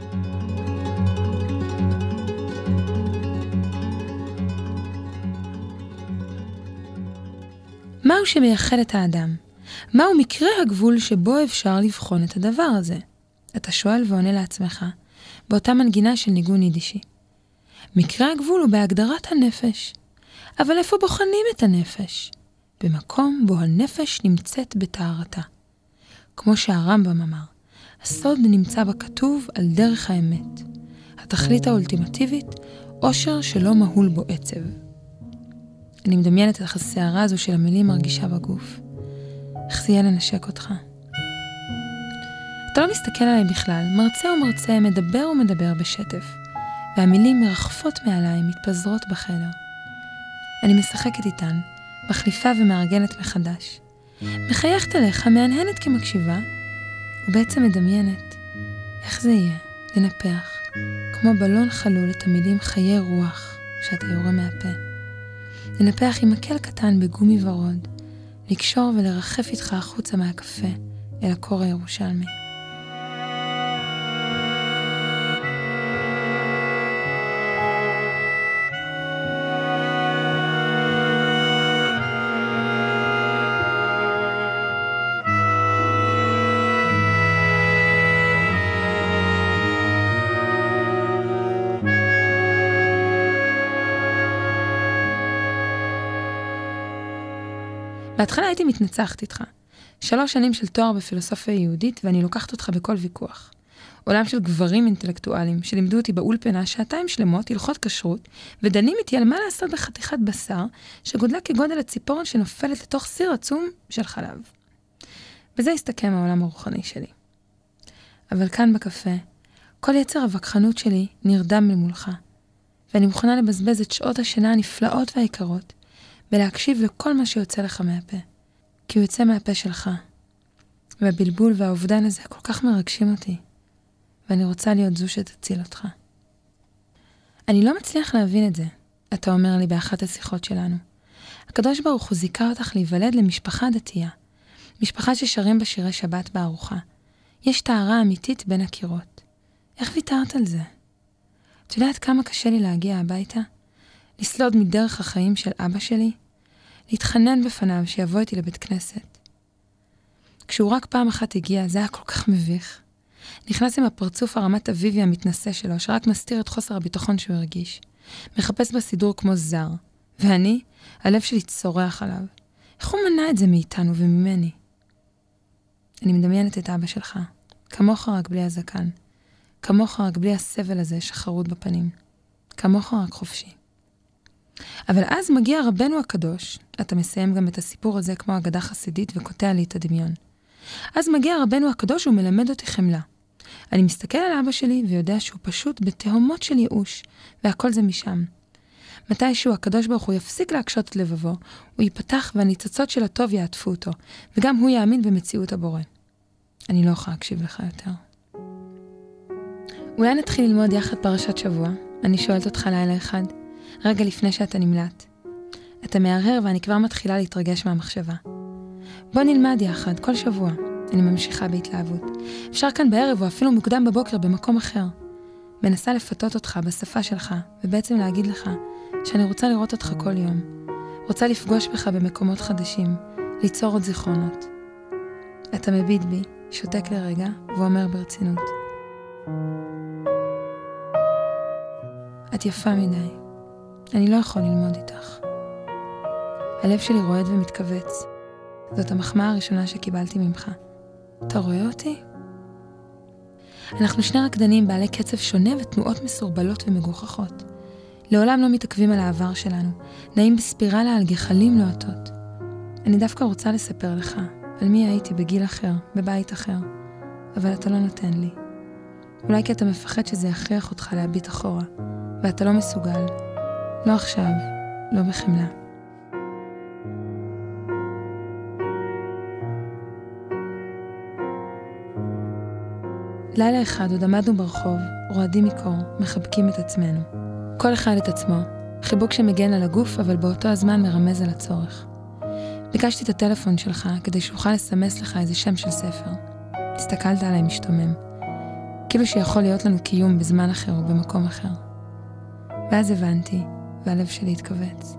מהו שמייחד את האדם? מהו מקרה הגבול שבו אפשר לבחון את הדבר הזה? אתה שואל ועונה לעצמך, באותה מנגינה של ניגון יידישי. מקרה הגבול הוא בהגדרת הנפש. אבל איפה בוחנים את הנפש? במקום בו הנפש נמצאת בתארתה. כמו שהרמב"ם אמר, הסוד נמצא בכתוב על דרך האמת. התכלית האולטימטיבית, אושר שלא מהול בו עצב. אני מדמיינת את הסערה הזו של המילים מרגישה בגוף. איך זה יהיה לנשק אותך? אתה לא מסתכל עליי בכלל, מרצה ומרצה מדבר ומדבר בשטף, והמילים מרחפות מעליי, מתפזרות בחדר. אני משחקת איתן, מחליפה ומארגנת מחדש. מחייכת עליך, מהנהנת כמקשיבה, ובעצם מדמיינת. איך זה יהיה? לנפח, כמו בלון חלול את המילים חיי רוח שאתה יורה מהפה. לנפח עם מקל קטן בגומי ורוד, לקשור ולרחף איתך החוצה מהקפה אל הקור הירושלמי. בהתחלה הייתי מתנצחת איתך. שלוש שנים של תואר בפילוסופיה יהודית, ואני לוקחת אותך בכל ויכוח. עולם של גברים אינטלקטואלים, שלימדו אותי באולפנה שעתיים שלמות, הלכות כשרות, ודנים איתי על מה לעשות בחתיכת בשר, שגודלה כגודל הציפורן שנופלת לתוך סיר עצום של חלב. וזה הסתכם העולם הרוחני שלי. אבל כאן בקפה, כל יצר הווכחנות שלי נרדם ממולך, ואני מוכנה לבזבז את שעות השינה הנפלאות והיקרות, ולהקשיב לכל מה שיוצא לך מהפה, כי הוא יוצא מהפה שלך. והבלבול והאובדן הזה כל כך מרגשים אותי, ואני רוצה להיות זו שתציל אותך. אני לא מצליח להבין את זה, אתה אומר לי באחת השיחות שלנו. הקדוש ברוך הוא זיכה אותך להיוולד למשפחה דתייה, משפחה ששרים בשירי שבת בארוחה. יש טהרה אמיתית בין הקירות. איך ויתרת על זה? את יודעת כמה קשה לי להגיע הביתה? לסלוד מדרך החיים של אבא שלי? להתחנן בפניו שיבוא איתי לבית כנסת. כשהוא רק פעם אחת הגיע, זה היה כל כך מביך. נכנס עם הפרצוף הרמת אביבי המתנשא שלו, שרק מסתיר את חוסר הביטחון שהוא הרגיש. מחפש בסידור כמו זר. ואני, הלב שלי צורח עליו. איך הוא מנע את זה מאיתנו וממני? אני מדמיינת את אבא שלך, כמוך רק בלי הזקן. כמוך רק בלי הסבל הזה שחרוד בפנים. כמוך רק חופשי. אבל אז מגיע רבנו הקדוש, אתה מסיים גם את הסיפור הזה כמו אגדה חסידית וקוטע לי את הדמיון. אז מגיע רבנו הקדוש ומלמד אותי חמלה. אני מסתכל על אבא שלי ויודע שהוא פשוט בתהומות של ייאוש, והכל זה משם. מתישהו הקדוש ברוך הוא יפסיק להקשות את לבבו, הוא ייפתח והניצוצות של הטוב יעטפו אותו, וגם הוא יאמין במציאות הבורא. אני לא יכולה להקשיב לך יותר. אולי נתחיל ללמוד יחד פרשת שבוע, אני שואלת אותך לילה אחד. רגע לפני שאתה נמלט. אתה מהרהר ואני כבר מתחילה להתרגש מהמחשבה. בוא נלמד יחד, כל שבוע. אני ממשיכה בהתלהבות. אפשר כאן בערב או אפילו מוקדם בבוקר במקום אחר. מנסה לפתות אותך בשפה שלך, ובעצם להגיד לך שאני רוצה לראות אותך כל יום. רוצה לפגוש בך במקומות חדשים, ליצור עוד זיכרונות. אתה מביט בי, שותק לרגע, ואומר ברצינות. את יפה מדי. אני לא יכול ללמוד איתך. הלב שלי רועד ומתכווץ. זאת המחמאה הראשונה שקיבלתי ממך. אתה רואה אותי? אנחנו שני רקדנים בעלי קצב שונה ותנועות מסורבלות ומגוחכות. לעולם לא מתעכבים על העבר שלנו, נעים בספירלה על גחלים לוהטות. אני דווקא רוצה לספר לך על מי הייתי בגיל אחר, בבית אחר, אבל אתה לא נותן לי. אולי כי אתה מפחד שזה יכריח אותך להביט אחורה, ואתה לא מסוגל. לא עכשיו, לא בחמלה. לילה אחד עוד עמדנו ברחוב, רועדים מקור, מחבקים את עצמנו. כל אחד את עצמו, חיבוק שמגן על הגוף, אבל באותו הזמן מרמז על הצורך. ביקשתי את הטלפון שלך כדי שאוכל לסמס לך איזה שם של ספר. הסתכלת עליי משתומם. כאילו שיכול להיות לנו קיום בזמן אחר או במקום אחר. ואז הבנתי, והלב שלי התכווץ.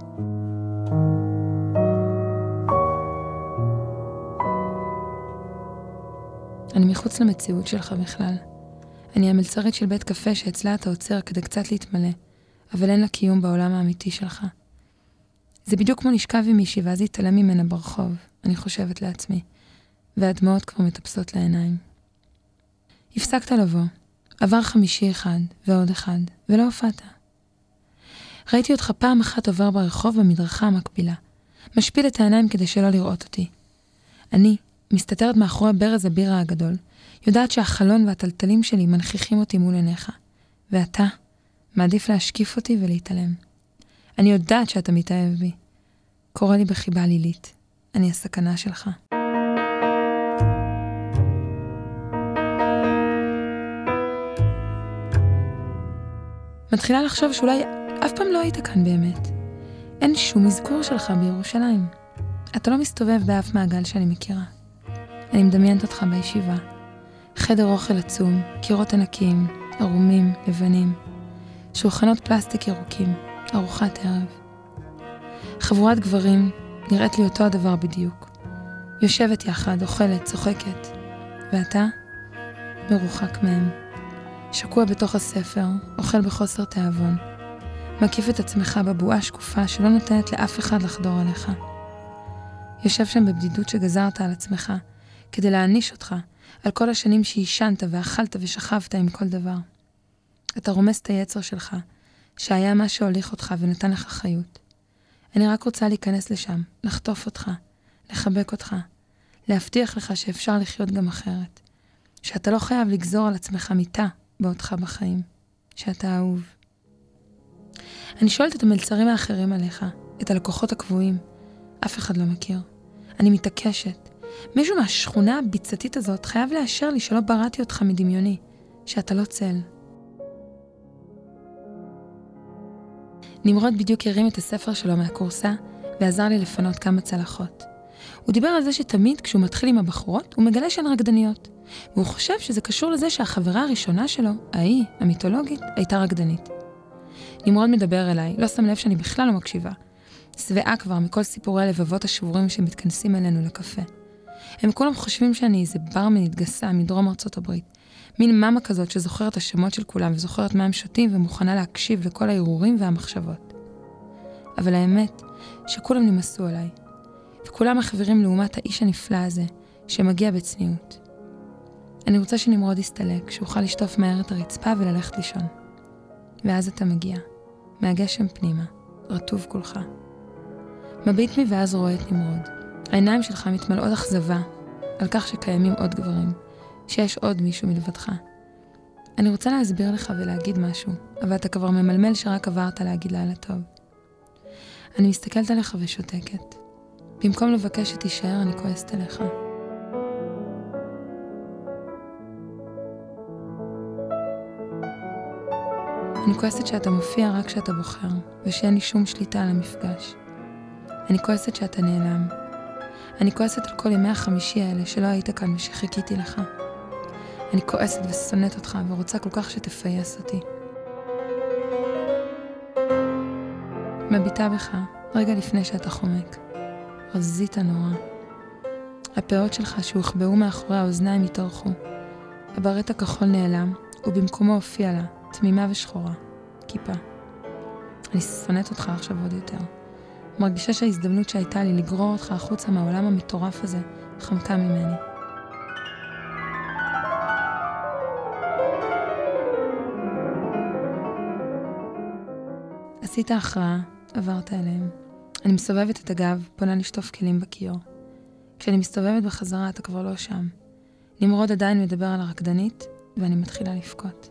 אני מחוץ למציאות שלך בכלל. אני המלצרית של בית קפה שאצלה אתה עוצר כדי קצת להתמלא, אבל אין לה קיום בעולם האמיתי שלך. זה בדיוק כמו נשכב עם מישהי ואז התעלם ממנה ברחוב, אני חושבת לעצמי, והדמעות כבר מטפסות לעיניים. הפסקת לבוא, עבר חמישי אחד ועוד אחד, ולא הופעת. ראיתי אותך פעם אחת עובר ברחוב במדרכה המקבילה, משפיל את העיניים כדי שלא לראות אותי. אני, מסתתרת מאחורי ברז הבירה הגדול, יודעת שהחלון והטלטלים שלי מנכיחים אותי מול עיניך, ואתה מעדיף להשקיף אותי ולהתעלם. אני יודעת שאתה מתאהב בי. קורא לי בחיבה לילית. אני הסכנה שלך. מתחילה לחשוב שאולי אף פעם לא היית כאן באמת. אין שום אזכור שלך בירושלים. אתה לא מסתובב באף מעגל שאני מכירה. אני מדמיינת אותך בישיבה. חדר אוכל עצום, קירות ענקיים, ערומים, לבנים. שולחנות פלסטיק ירוקים, ארוחת ערב. חבורת גברים נראית לי אותו הדבר בדיוק. יושבת יחד, אוכלת, צוחקת. ואתה מרוחק מהם. שקוע בתוך הספר, אוכל בחוסר תאבון. מקיף את עצמך בבועה שקופה שלא נותנת לאף אחד לחדור עליך. יושב שם בבדידות שגזרת על עצמך, כדי להעניש אותך על כל השנים שישנת ואכלת ושכבת עם כל דבר. אתה רומס את היצר שלך, שהיה מה שהוליך אותך ונתן לך חיות. אני רק רוצה להיכנס לשם, לחטוף אותך, לחבק אותך, להבטיח לך שאפשר לחיות גם אחרת. שאתה לא חייב לגזור על עצמך מיטה בעודך בחיים. שאתה אהוב. אני שואלת את המלצרים האחרים עליך, את הלקוחות הקבועים. אף אחד לא מכיר. אני מתעקשת. מישהו מהשכונה הביצתית הזאת חייב לאשר לי שלא בראתי אותך מדמיוני, שאתה לא צל. נמרוד בדיוק הרים את הספר שלו מהקורסה, ועזר לי לפנות כמה צלחות. הוא דיבר על זה שתמיד כשהוא מתחיל עם הבחורות, הוא מגלה שהן רקדניות. והוא חושב שזה קשור לזה שהחברה הראשונה שלו, ההיא, המיתולוגית, הייתה רקדנית. נמרוד מדבר אליי, לא שם לב שאני בכלל לא מקשיבה. שבעה כבר מכל סיפורי הלבבות השבורים שמתכנסים אלינו לקפה. הם כולם חושבים שאני איזה ברמנית גסה מדרום ארצות הברית. מין מאמה כזאת שזוכרת השמות של כולם וזוכרת מה הם שותים ומוכנה להקשיב לכל הערעורים והמחשבות. אבל האמת שכולם נמסו עליי. וכולם מחברים לעומת האיש הנפלא הזה שמגיע בצניעות. אני רוצה שנמרוד יסתלק, שאוכל לשטוף מהר את הרצפה וללכת לישון. ואז אתה מגיע, מהגשם פנימה, רטוב כולך. מביט מי ואז רואה את נמרוד. העיניים שלך מתמלאות אכזבה על כך שקיימים עוד גברים, שיש עוד מישהו מלבדך. אני רוצה להסביר לך ולהגיד משהו, אבל אתה כבר ממלמל שרק עברת להגיד לילה טוב. אני מסתכלת עליך ושותקת. במקום לבקש שתישאר, אני כועסת עליך. אני כועסת שאתה מופיע רק כשאתה בוחר, ושאין לי שום שליטה על המפגש. אני כועסת שאתה נעלם. אני כועסת על כל ימי החמישי האלה שלא היית כאן ושחיכיתי לך. אני כועסת ושונאת אותך ורוצה כל כך שתפייס אותי. מביטה בך רגע לפני שאתה חומק. רזית נורא. הפאות שלך שהוחבאו מאחורי האוזניים התארכו. הברט הכחול נעלם, ובמקומו הופיע לה, תמימה ושחורה, כיפה. אני שונאת אותך עכשיו עוד יותר. מרגישה שההזדמנות שהייתה לי לגרור אותך החוצה מהעולם המטורף הזה, חמקה ממני. עשית הכרעה, עברת אליהם. אני מסובבת את הגב, פונה לשטוף כלים בכיור. כשאני מסתובבת בחזרה, אתה כבר לא שם. נמרוד עדיין מדבר על הרקדנית, ואני מתחילה לפקוט.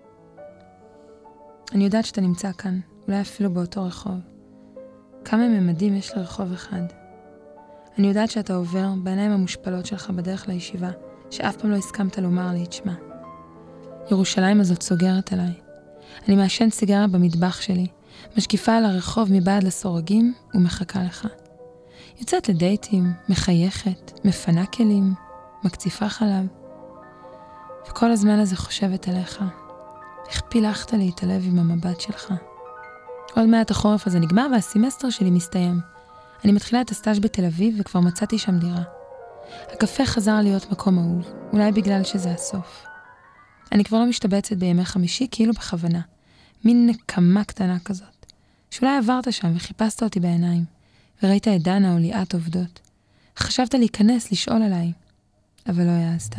אני יודעת שאתה נמצא כאן, אולי אפילו באותו רחוב. כמה ממדים יש לרחוב אחד. אני יודעת שאתה עובר בעיניים המושפלות שלך בדרך לישיבה, שאף פעם לא הסכמת לומר לי את שמה. ירושלים הזאת סוגרת עליי. אני מעשן סיגריה במטבח שלי, משקיפה על הרחוב מבעד לסורגים ומחכה לך. יוצאת לדייטים, מחייכת, מפנה כלים, מקציפה חלב. וכל הזמן הזה חושבת עליך. איך פילחת לי את הלב עם המבט שלך. עוד מעט החורף הזה נגמר והסמסטר שלי מסתיים. אני מתחילה את הסטאז' בתל אביב וכבר מצאתי שם דירה. הקפה חזר להיות מקום אהוב, אולי בגלל שזה הסוף. אני כבר לא משתבצת בימי חמישי כאילו בכוונה. מין נקמה קטנה כזאת. שאולי עברת שם וחיפשת אותי בעיניים. וראית את דנה או ליאת עובדות. חשבת להיכנס, לשאול עליי. אבל לא העזת.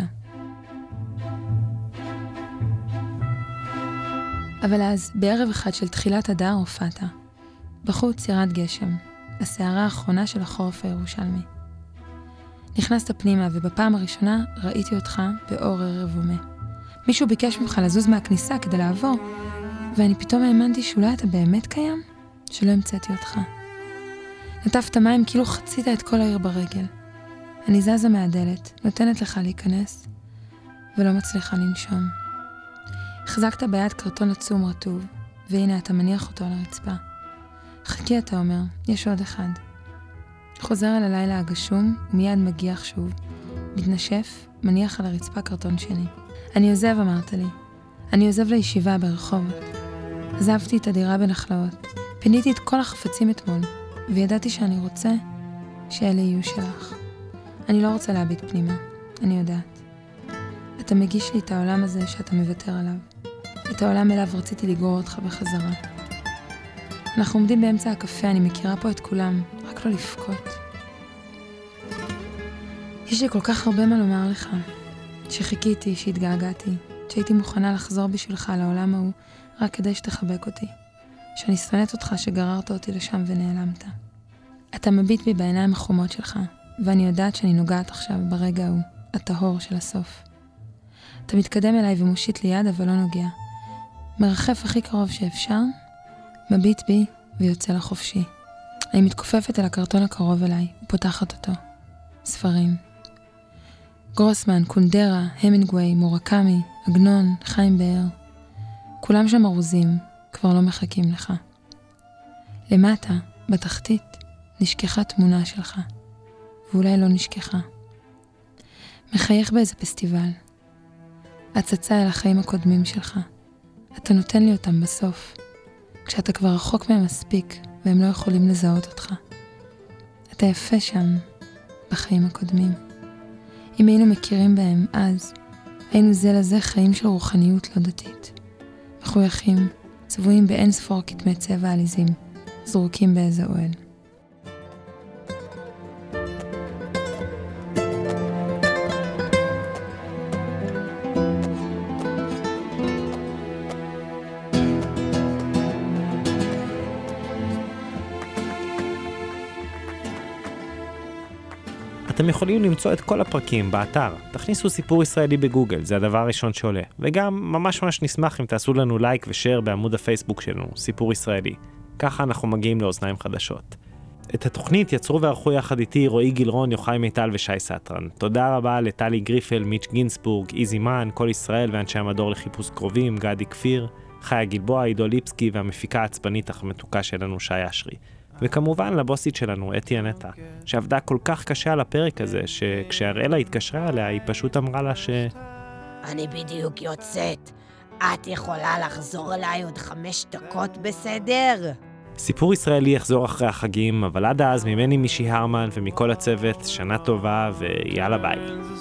אבל אז, בערב אחד של תחילת הדר הופעת. בחוץ ירד גשם, הסערה האחרונה של החורף הירושלמי. נכנסת פנימה ובפעם הראשונה ראיתי אותך באור ערב ומה. מישהו ביקש ממך לזוז מהכניסה כדי לעבור, ואני פתאום האמנתי שאולי אתה באמת קיים, שלא המצאתי אותך. נטפת מים כאילו חצית את כל העיר ברגל. אני זזה מהדלת, נותנת לך להיכנס, ולא מצליחה לנשום. החזקת ביד קרטון עצום רטוב, והנה אתה מניח אותו על הרצפה. חכי, אתה אומר, יש עוד אחד. חוזר על הלילה הגשום, ומיד מגיח שוב. מתנשף, מניח על הרצפה קרטון שני. אני עוזב, אמרת לי. אני עוזב לישיבה ברחובות. עזבתי את הדירה בנחלאות. פיניתי את כל החפצים אתמול, וידעתי שאני רוצה שאלה יהיו שלך. אני לא רוצה להביט פנימה, אני יודעת. אתה מגיש לי את העולם הזה שאתה מוותר עליו. את העולם אליו רציתי לגרור אותך בחזרה. אנחנו עומדים באמצע הקפה, אני מכירה פה את כולם, רק לא לפקוט. יש לי כל כך הרבה מה לומר לך, שחיכיתי, שהתגעגעתי, שהייתי מוכנה לחזור בשבילך לעולם ההוא, רק כדי שתחבק אותי. שאני שונאת אותך שגררת אותי לשם ונעלמת. אתה מביט בי בעיניים החומות שלך, ואני יודעת שאני נוגעת עכשיו ברגע ההוא, הטהור של הסוף. אתה מתקדם אליי ומושיט לי יד, אבל לא נוגע. מרחף הכי קרוב שאפשר, מביט בי ויוצא לחופשי. אני מתכופפת אל הקרטון הקרוב אליי, ופותחת אותו. ספרים. גרוסמן, קונדרה, המינגווי, מורקמי, עגנון, חיים באר. כולם שם ארוזים, כבר לא מחכים לך. למטה, בתחתית, נשכחה תמונה שלך, ואולי לא נשכחה. מחייך באיזה פסטיבל. הצצה אל החיים הקודמים שלך. אתה נותן לי אותם בסוף, כשאתה כבר רחוק מהם מספיק, והם לא יכולים לזהות אותך. אתה יפה שם, בחיים הקודמים. אם היינו מכירים בהם אז, היינו זה לזה חיים של רוחניות לא דתית. מחויכים, צבועים באין ספור כתמי צבע עליזים, זרוקים באיזה אוהל. אתם יכולים למצוא את כל הפרקים באתר. תכניסו סיפור ישראלי בגוגל, זה הדבר הראשון שעולה. וגם ממש ממש נשמח אם תעשו לנו לייק ושאר בעמוד הפייסבוק שלנו, סיפור ישראלי. ככה אנחנו מגיעים לאוזניים חדשות. את התוכנית יצרו וערכו יחד איתי רועי גילרון, יוחאי מיטל ושי סטרן. תודה רבה לטלי גריפל, מיץ' גינסבורג, איזי מן, כל ישראל ואנשי המדור לחיפוש קרובים, גדי כפיר, חיה גלבוע, עידו ליפסקי והמפיקה העצבנית אך מתוקה שלנו שי אשרי. וכמובן לבוסית שלנו, אתי אנטה, שעבדה כל כך קשה על הפרק הזה, שכשהראלה התקשרה אליה, היא פשוט אמרה לה ש... אני בדיוק יוצאת. את יכולה לחזור אליי עוד חמש דקות בסדר? סיפור ישראלי יחזור אחרי החגים, אבל עד אז ממני מישי הרמן ומכל הצוות, שנה טובה ויאללה ביי.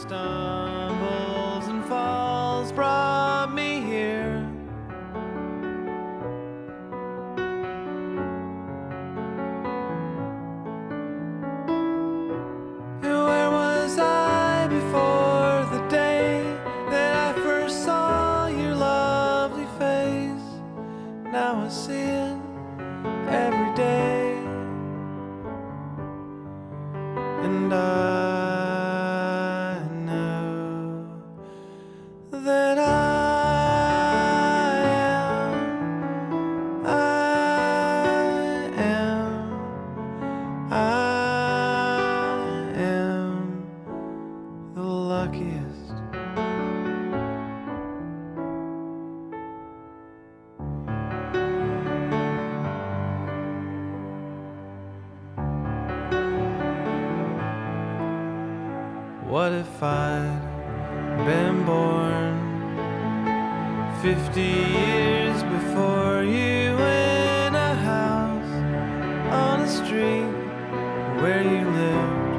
What if I'd been born fifty years before you in a house on a street where you lived?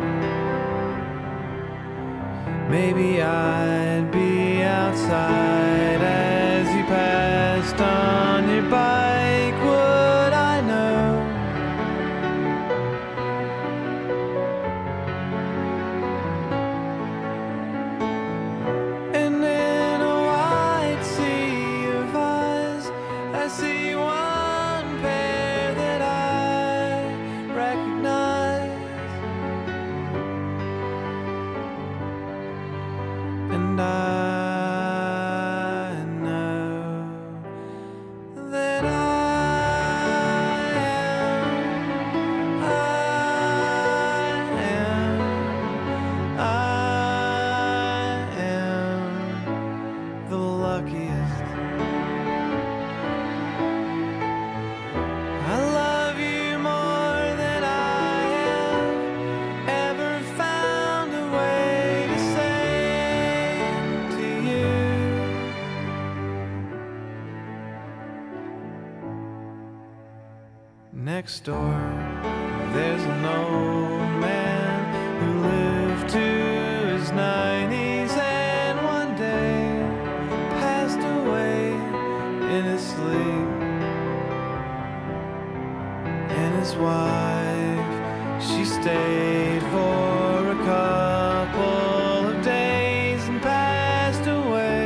Maybe I'd be outside as you passed on your bike. Would I know? Next door, there's an old man who lived to his nineties and one day passed away in his sleep. And his wife, she stayed for a couple of days and passed away.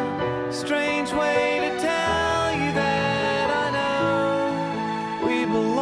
Strange way to tell you that I know we belong.